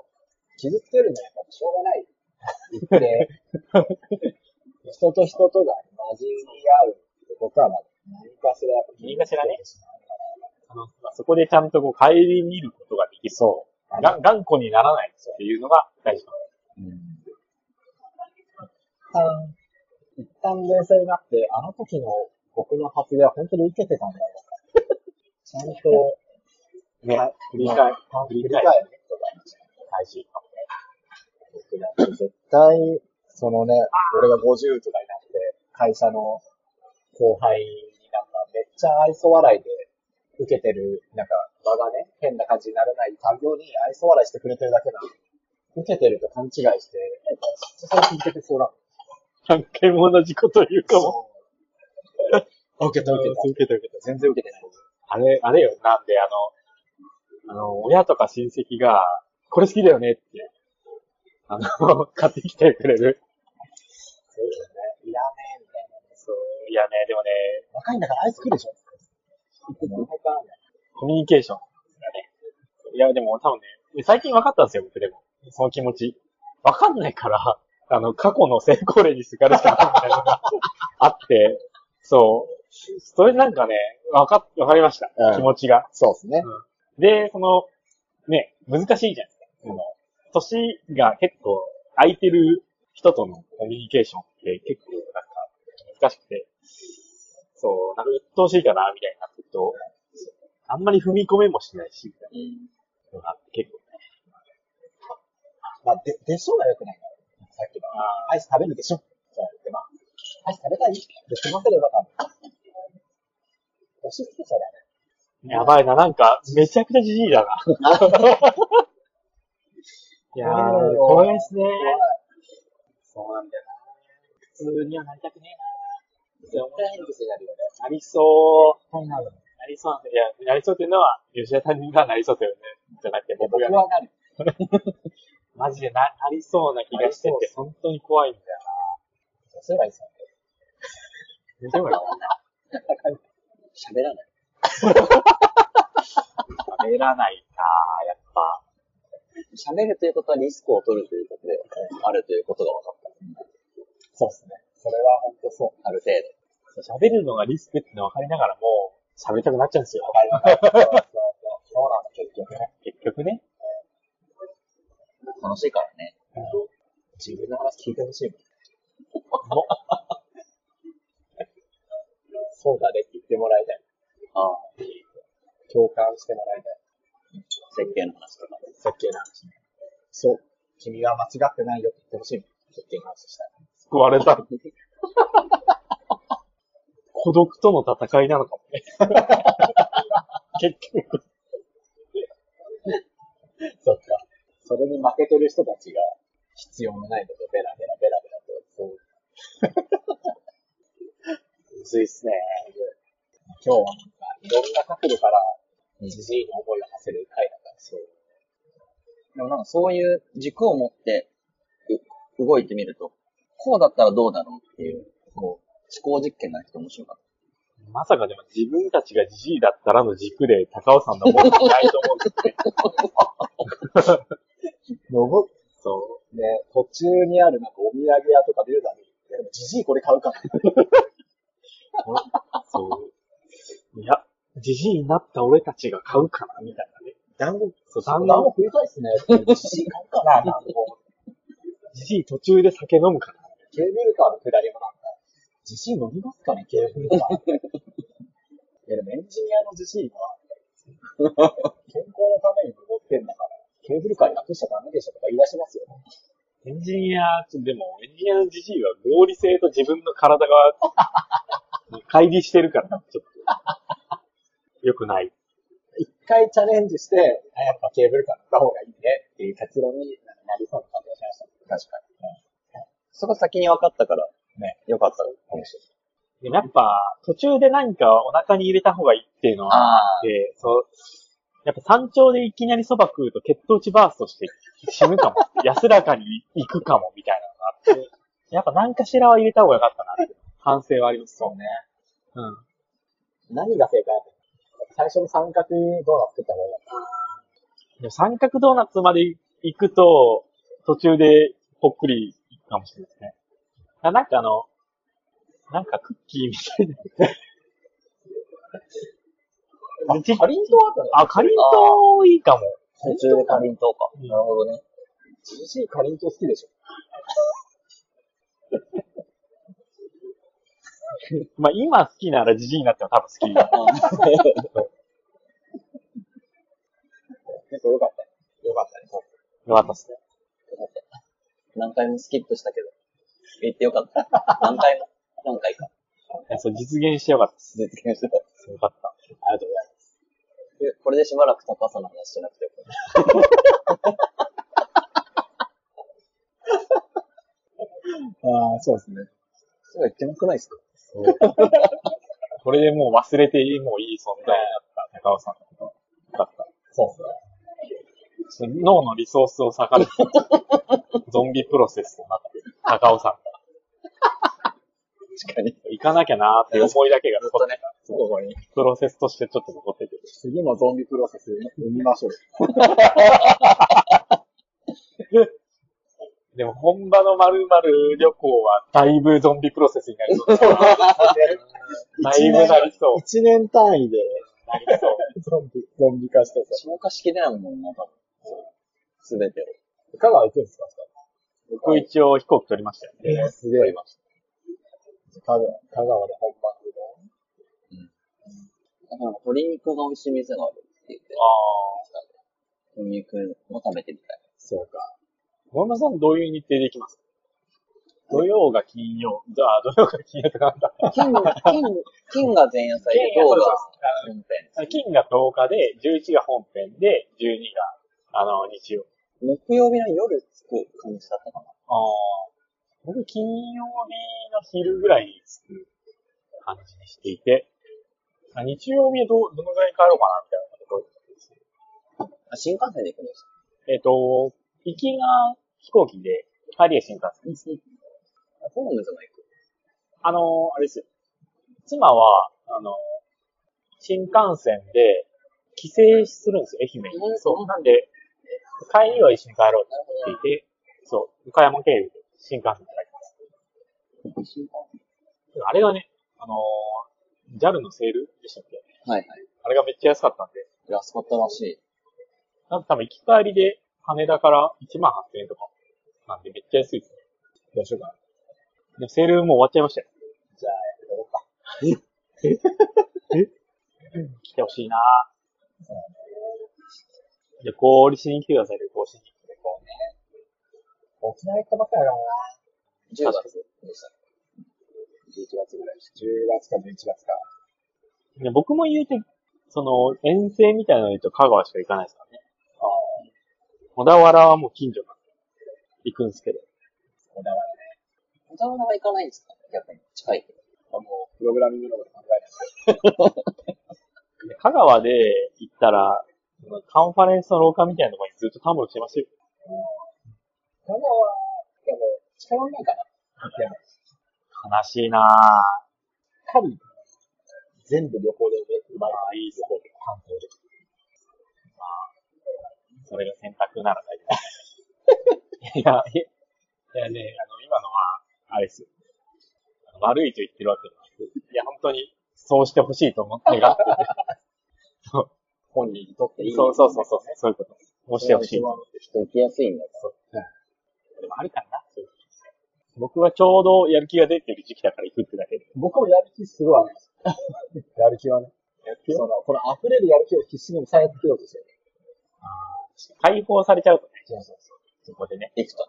傷つけるのはやっぱしょうがない。言って、人と人とが混じり合うってことは、何かしらね。 そこでちゃんと顧みることができそう。頑固にならないっていうのが大事なんです。 一旦冷静になって、あの時の僕の発言は本当に受けてたんだろうか。ちゃんと、 ね、振り返ることが大事かもね。僕だって絶対、俺が50とかになって、会社の後輩になんかめっちゃ愛想笑いで受けてる、なんか場がね、変な感じにならない作業に愛想笑いしてくれてるだけなの。受けてると勘違いして、最近受けてそうなの。 何回も同じこと言うかも。 受けた。全然受けてない。 あれよ。なんで、親とか親戚が、これ好きだよねって、買ってきてくれる。 そうですね。いらねえ、みたいな。 そう。いやね、でもね、 若いんだからアイス食うでしょ。 コミュニケーションですかね。いや、でも多分ね、最近分かったんですよ、僕でも。その気持ち。分かんないから、過去の成功例にすがるしかないみたいなのがあって、そう。 それなんかね、わかりました。 うん気持ちが。 そうですね。 で、難しいじゃないですか。年が結構空いてる人とのコミュニケーションって結構難しくて、そう、鬱陶しいかな、みたいになってると、あんまり踏み込めもしないし、みたいなのが結構ね。 まあ、でしょが良くないから。さっきの。アイス食べるでしょじゃあ、アイス食べたいで済ませれば多分。押し付けちゃダメ。 やばいな、めちゃくちゃじじいだな。いやー、怖いですね。そうなんだよな。普通にはなりたくねえな。 絶対変癖になるよね。 なりそう。 絶対なる。 なりそうなんだ。いや、なりそうっていうのは、吉田さんがなりそうだよね。じゃなくて、僕が、 はなる。 マジでなりそうな気がしてて、本当に怖いんだよそうすればいいですよね。 な。でもよ、 喋らない。 喋らないなやっぱ。 喋るということはリスクを取るということで、あるということが分かった。 そうですね。それは本当そう。 ある程喋るのがリスクっての分かりながらも、喋りたくなっちゃうんですよ。 わかります。そうなんだ、結局ね。 結局ね。 度。楽しいからね。 自分の話聞いてほしいもん。そうだねって言ってもらいたい。 ああ、 共感してもらいたい。 設計の話とか。 設計の話ね。そう。君は間違ってないよって言ってほしいもん。設計の話したい。 救われた。孤独との戦いなのかもね。結局。 そっか。それに負けてる人たちが必要のないことベラベラと。 むずいっすね。 今日はなんかいろんな角度からじじいの思いを馳せる回だから、そう。 でもなんかそういう軸を持って動いてみると、こうだったらどうだろうっていう、こう、思考実験ができて面白かっまさかでも自分たちがじじいだったらの軸で高尾さんのものってないと思うんですよね。 そう。ね、途中にあるなんかお土産屋とか出るたびに、でもじじいこれ買うかな。 そう。いや、じじいになった俺たちが買うかなみたいなね。 団子そう、 食いたいっすね。じじい買うかな、団子。 じじい途中で酒飲むかな。 ケーブルカーの下りもなんか、じじい乗りますかね、ケーブルカー。いや、でもエンジニアのじじいは、健康のために乗ってんだから、ケーブルカー楽しちゃダメでしょとか言い出しますよね。 エンジニアのじじいは合理性と自分の体が乖離してるから、ちょっと、良くない。 一回チャレンジして、やっぱケーブルカー乗った方がいいねっていう結論になりそうな感じがしました。確かに。 そこ先に分かったから、 ね、 よかったかもしれない。 でもやっぱ、途中で何かお腹に入れた方がいいっていうのはあって、そう、やっぱ山頂でいきなり蕎麦食うと血糖値バーストして死ぬかも。安らかに行くかも、みたいなのがあって、やっぱ何かしらは入れた方がよかったなって、反省はあります。 そうね。 うん。 何が正解だったの？最初の三角ドーナツ作った方がよかった。 でも三角ドーナツまで行くと、途中でぽっくり行くかもしれないですね。なんかクッキーみたいな。 かりんとうあったね。 かりんとういいかも。 途中でかりんとうか。なるほどね。 じじいかりんとう好きでしょ。 まあ今好きならじじいになっても多分好き。 結構よかったね。よかったね。 よかったっすね。 何回もスキップしたけど、言ってよかった。何回か。 そう、実現してよかったっす。 実現してた。 よかった。 ありがとうございます。 これでしばらく高さの話しなくてよかった。 ああ、そうですね。そう言ってなくないですか？ これでもう忘れてもいい存在だった高尾さんのこと。よかった。 そうですね。 脳のリソースを割かれて、ゾンビプロセスとなって、高尾さんが。 確かに。 行かなきゃなーって思いだけが残ってた。 そうこに。 プロセスとしてちょっと残ってて。 次のゾンビプロセス生みましょう。 でも本場の〇〇旅行はだいぶゾンビプロセスになりそうだ。だいぶなりそう。 1年単位でなりそう。 ゾンビ化してさ。 消化しきれないもんな、多分。すべてを。 香川行くんですか？ 僕一応飛行機取りましたよね。 すげえ。香川で本番で。 だから鶏肉が美味しい店があるって言って。鶏肉も食べてみたい。 そうか。 小山さんどういう日程で行きますか？土曜が金曜。じゃあ、土曜が金曜とかなんだ。 金が前夜祭で、土が本編。 金が10日で、11が本編で、12が、日曜。 木曜日の夜着く感じだったかな。 僕、金曜日の昼ぐらいに着く感じにしていて、日曜日はどのぐらいに帰ろうかな、みたいなことですね。 新幹線で行くんですか？ 行きが飛行機で、帰りは新幹線。 そうなんですよ、行く。 あれですよ。妻は、新幹線で帰省するんですよ、愛媛に。そう。なんで、帰りは一緒に帰ろうって言っていて、そう、岡山経由で新幹線で帰ります。あれがね、JAL のセールでしたっけ？ はいはい。 あれがめっちゃ安かったんで。 安かったらしい。 なんか多分行き帰りで羽田から18,000円とか。なんでめっちゃ安いですね。どうしようかな。でもセールもう終わっちゃいましたよ。 じゃあ、やろうか。 来てほしいなぁ。旅行しに来てください、旅行しに。旅行ね。 沖縄行ったばっかりだからな。 10月でした。 11月ぐらい。10月か11月か。 で僕も言うて、遠征みたいなの言うと香川しか行かないですからね。小田原はもう近所なんで行くんですけど。 小田原ね。 小田原は行かないんですか？逆に。近いけど。 もう、プログラミングのこと考えない。 香川で行ったら、カンファレンスの廊下みたいなところにずっとタモリしてますよ。 香川、でも、近寄んないかな。でも、 悲しいなぁ。 カリ全部旅行で埋まる。 いいですね。 観光で。 まあ、それが選択ならない。いやね、今のは、あれですよ。悪いと言ってるわけではなく、いや、本当に、そうしてほしいと思って願ってる。そう。 本人にとっていい。 そういうこと。そうしてほしい。 人行きやすいんだから。 でもあるからな。僕はちょうどやる気が出てる時期だから行くってだけで。 僕もやる気すごいあるんですよ。やる気はね。この溢れるやる気を必死に抑えつけようとしてる。 解放されちゃうとね。 そう。 そこでね。 行くと、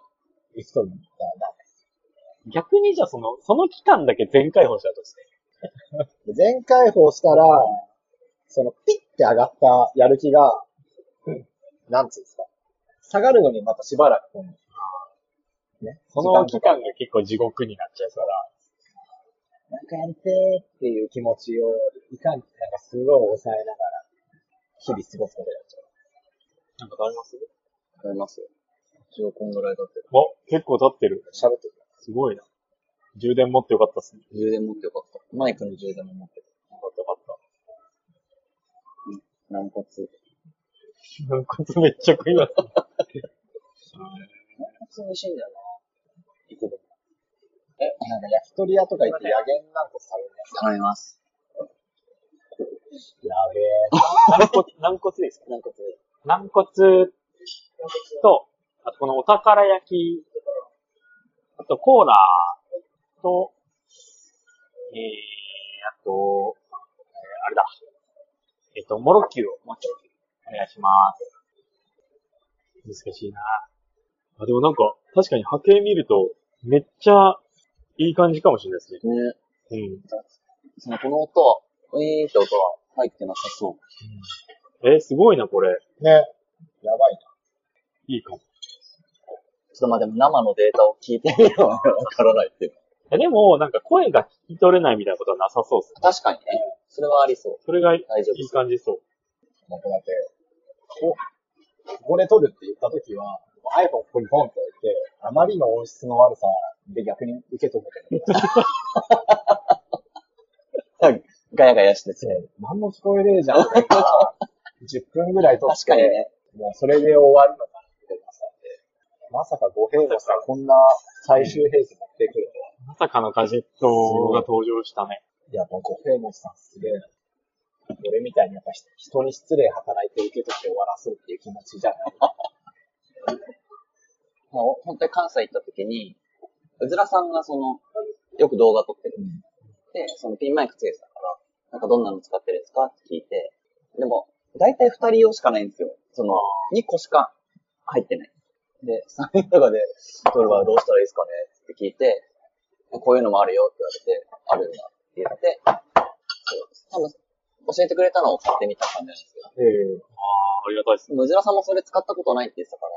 逆にじゃあその期間だけ全解放しちゃうとして。 全開放したら、ピッて上がったやる気が、なんつうんですか。下がるのにまたしばらく、ね。 その期間が結構地獄になっちゃうから。 なんかやりてーっていう気持ちを、いかに、なんかすごい抑えながら、日々過ごすことになっちゃう。 なんか食べます？ 食べますよ。一応こんぐらいだってる。 結構経ってる。 喋ってる。 すごいな。充電持ってよかったっすね。 充電持ってよかった。マイクの充電も持ってる。 よかった。 軟骨。 軟骨めっちゃ食います。 軟骨美味しいんだよな。いくでも。 なんか焼き鳥屋とか行って野源軟骨食べます。 食べます。 やべえ。 軟骨ですか？軟骨と、あとこのお宝焼き、あとコーラと、あと、あれだ。モロキューをお願いします。難しいな。でもなんか、確かに波形見ると、めっちゃいい感じかもしれないですね。 ね。この音は、って音は入ってなさそう。 すごいな、これ。 ね。やばいな。 いいかも。 ちょっとでも生のデータを聞いてみるのはわからないっていう。 でも、なんか声が聞き取れないみたいなことはなさそうですね。 確かにね。それはありそう。 それがいいい感じそう。 なんかだって、ここで撮るって言ったときは、iPhone ここにポンって置いて、あまりの音質の悪さで逆に受け止めてる。 ガヤガヤしてて。 何も聞こえねえじゃん。10分ぐらい撮って。 確かにね。 もうそれで終わるのかなって思ってたんで。 まさか五平もさ、こんな最終兵器持ってくるまさかのガジェットが登場したね。 やっぱ五平もさんすげえな。俺みたいにやっぱ人に失礼働いて受け取って終わらそうっていう気持ちじゃない。 本当に関西行った時に、うずらさんがよく動画撮ってる。で、ピンマイクつけてたから、なんかどんなの使ってるんですかって聞いて、でも、だいたい2人用しかないんですよ。2個しか入ってない。で、3人とかで、それはどうしたらいいですかねって聞いて、こういうのもあるよって言われて、あるんだって言って、多分、教えてくれたのを買ってみた感じなんですけど。 ありがたいですね。 うずらさんもそれ使ったことないって言ってたから、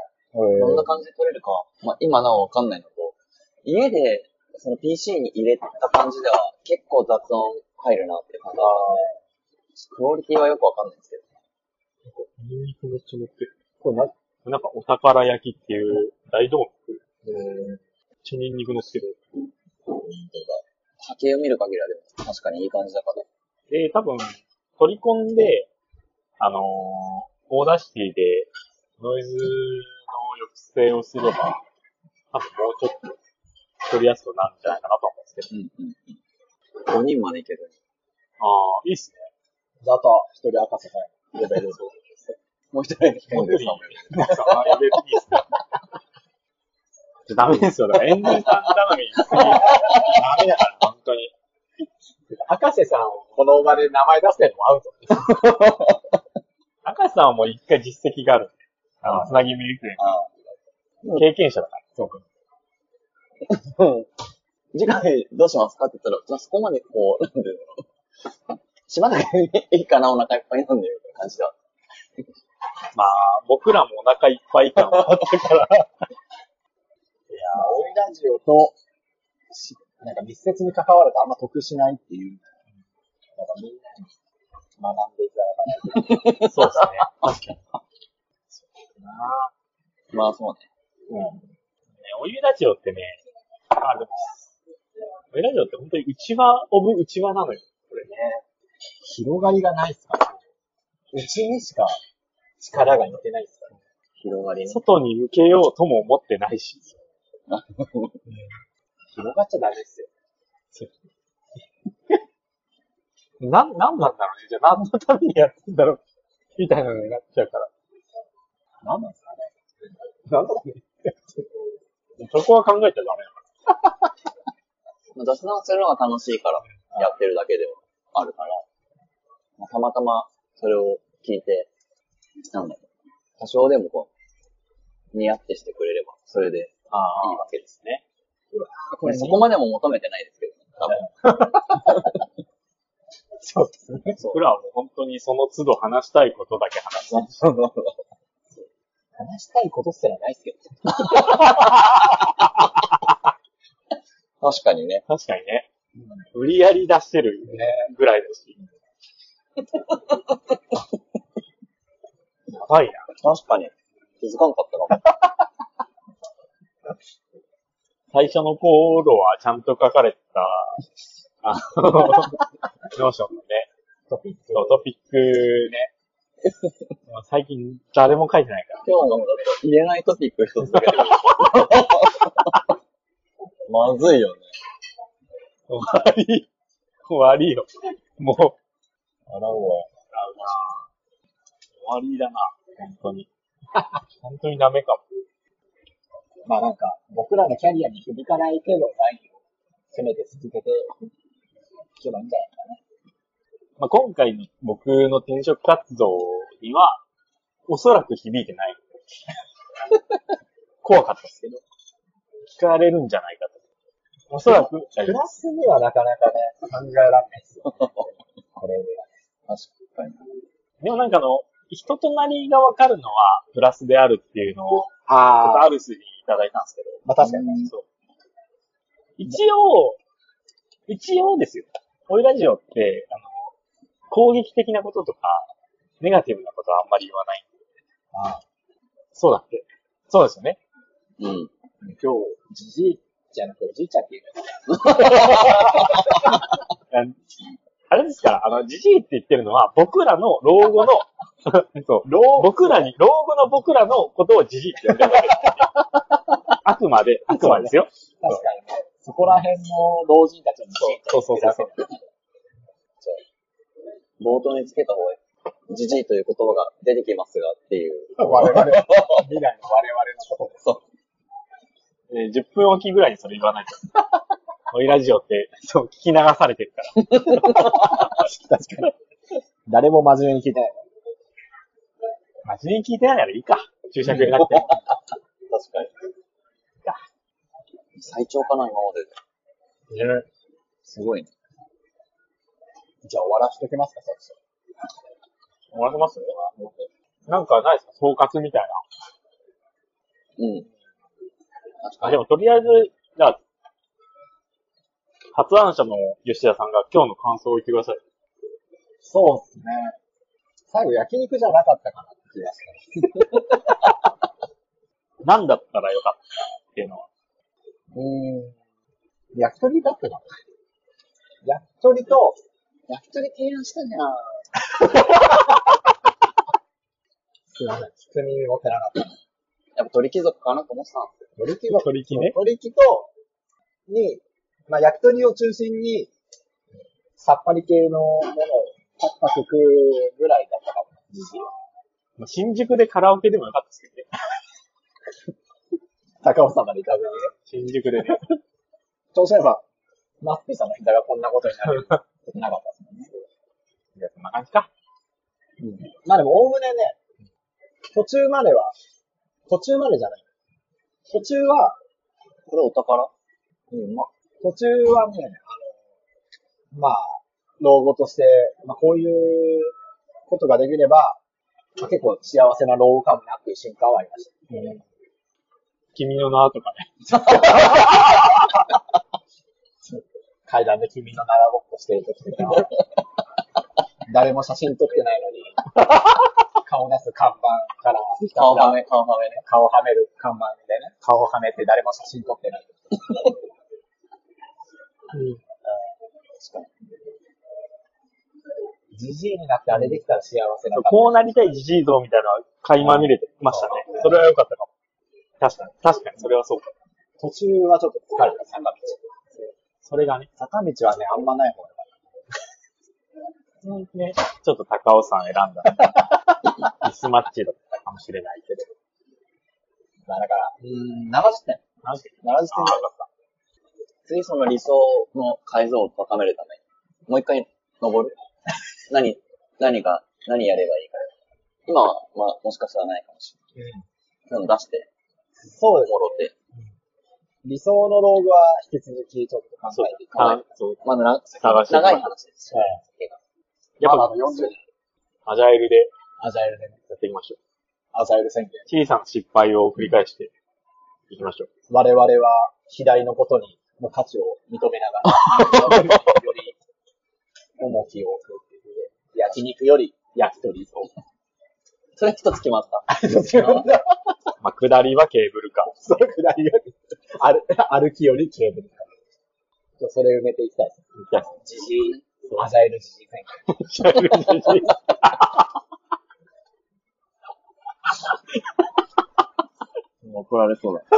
どんな感じで撮れるか、まあ今なおわかんないのと、家で、PC に入れた感じでは結構雑音入るなっていう感じ。クオリティはよくわかんないんですけど。 ニンニクめっちゃ乗ってる。これなんかお宝焼きっていう大動脈。めっちゃニンニク乗ってる。 本当だ。波形を見る限りはでも確かにいい感じだから。 で、多分、取り込んで、オーダーシティでノイズの抑制をすれば、多分もうちょっと取りやすくなるんじゃないかなと思うんですけど。 5人までいける。 いいっすね。 あと、一人赤瀬さん、レベルもう一人エンデルさんもいる。 レベルいいっすね。ダメですよ。だからエンデルさん頼みに次、ダメだから、本当に。 赤瀬さんをこの場で名前出してるのもアウトです。 赤瀬さんはもう一回実績があるんで。つなぎミルク園。経験者だから。そうか。 次回どうしますかって言ったら、じゃあそこまでこう、なんていうのしばらくいいかな、お腹いっぱい飲んでるみたいな感じだ。 まあ、僕らもお腹いっぱい感があったから。 いやー、オイラジオと、なんか密接に関わるとあんま得しないっていう。なんかみんなに学んでいただかないと。 そうですね。確かに。 まあそうね。 お湯ラジオってね、でも、お湯ラジオって本当に内輪オブ内輪なのよ。これね。 広がりがないっすから。うちにしか力が抜けないっすからね。 広がりね。 外に向けようとも思ってないし。 広がっちゃダメですよ。 なんなんだろうね。じゃあ何のためにやってんだろう。みたいなのになっちゃうから。 なんなんですかね。なんだろうね。 そこは考えちゃダメだから。 雑談するのが楽しいからやってるだけではあるから、まあ、たまたまそれを聞いて、なんだろう。多少でもこう、似合ってしてくれれば、それでいいわけですね。これそこまでも求めてないですけどね、多分。 そうですね。僕らはもう本当にその都度話したいことだけ話す。 話したいことすらないっすけど。 確かにね。 確かにね。無理やり出してるぐらいだし。やばいな。 確かに。気づかんかったかも。 最初の頃はちゃんと書かれた、ノーションのね、トピックね。最近誰も書いてないから。 今日のだと入れないトピック一つだけで。まずいよね。 終わりよ。もう。 洗うわ。 終わりだな。本当に。本当にダメかも。 まあなんか、僕らのキャリアに響かないけど、ラインをせめて続けていけばいいんじゃないかな。 まあ、今回の僕の転職活動には、おそらく響いてない。怖かったですけど。聞かれるんじゃないかと。おそらく。 プラスにはなかなかね、考えられないですよ。これで。 確かに。 でもなんか人となりがわかるのは、プラスであるっていうのを、ちょっとある筋にいただいたんですけど。 まあ確かにね。 そう。一応ですよ。オイラジオって、攻撃的なこととか、ネガティブなことはあんまり言わないんで。そうだっけ。そうですよね。 うん。 今日、じじいじゃなくておじいちゃんって言うあれですから、ジジイって言ってるのは、僕らの老後の、そう、老後の僕らのことをジジイって呼んでるわけです。あくまでですよ。 確かにね。そこら辺の老人たちのジジイと言ってるわけだよね。 冒頭につけた方がいい。ジジイという言葉が出てきますがっていう。 我々、未来の我々のことです。 そう。 10分おきぐらいにそれ言わないと。おいラジオって、そう、聞き流されてるから。 確かに。誰も真面目に聞いてない。 真面目に聞いてないならいいか。注釈になって。 確かに。最長かな、今までで。すごいね。 じゃあ終わらせておきますか、そろそろ。 終わらせます？なんかないですか？総括みたいな。 うん。 でもとりあえず、じゃあ、発案者の吉田さんが今日の感想を言ってください。 そうですね。最後焼肉じゃなかったかなって気がした。 何だったらよかったっていうのは。 焼き鳥だったかな。焼き鳥提案したじゃん。すいません。包み持ってなかった。 やっぱ鳥貴族かなと思ってたんですよ。 鳥貴ね。 鳥貴に、まあ、焼き鳥を中心に、さっぱり系のものをパクパク食うぐらいだったかも。 新宿でカラオケでもよかったですけどね。 高尾山まで行かずにね。 新宿でね。 そうすれば、マッピーさんの膝がこんなことになることなかったですもんね。 いや、そんな感じか。 まあでも、おおむねね、途中までじゃない。途中は、 これお宝？ 途中はね、まあ、老後として、まあこういうことができれば、まあ、結構幸せな老後かもなっていう瞬間はありました。 君の名とかね。 階段で君の長ごっこしてるときとか、誰も写真撮ってないのに、顔出す看板から、 顔はめね。 顔はめる看板でね、顔はめて誰も写真撮ってない。確かに。ジジイになってあれできたら幸せな。 こうなりたいジジイ像みたいなのは垣間見れてましたね。それは良かったかも。確かに、それはそうか。 途中はちょっと疲れた、坂道。 それがね、 坂道はね、あんまない方だから。ね、ちょっと高尾さん選んだ。ミスマッチだったかもしれないけど。 まあだから、70点。70点だった。 次その理想の解像を高めるために、もう一回登る？何やればいいか。今は、まあ、もしかしたらないかもしれない。そういうの出して。 そうです。 もろて。 理想の老後は引き続きちょっと考えていく。 まだ長い話です。 やっぱ 40年。 アジャイルでね。 やっていきましょう。 アジャイル宣言。 小さな失敗を繰り返していきましょう。 我々は肥大のことにの価値を認めながら、より重きを置くっていうことで、焼肉より焼き鳥。 それ一つ決まった。 まあ、下りはケーブルカー。 それ下りより、歩きよりケーブルカー。それ埋めていきたいです。ジジイ、アジャイルジジイ宣言。 怒られそうだ。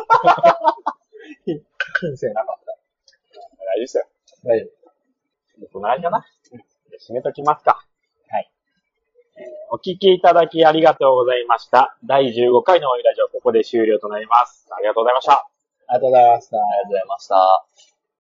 金星なかった。 大丈夫ですよ。 大丈夫。 この間かな。締めときますか。 はい。 お聞きいただきありがとうございました。第15回のオイラジオここで終了となります。ありがとうございました。 ありがとうございました。 ありがとうございました。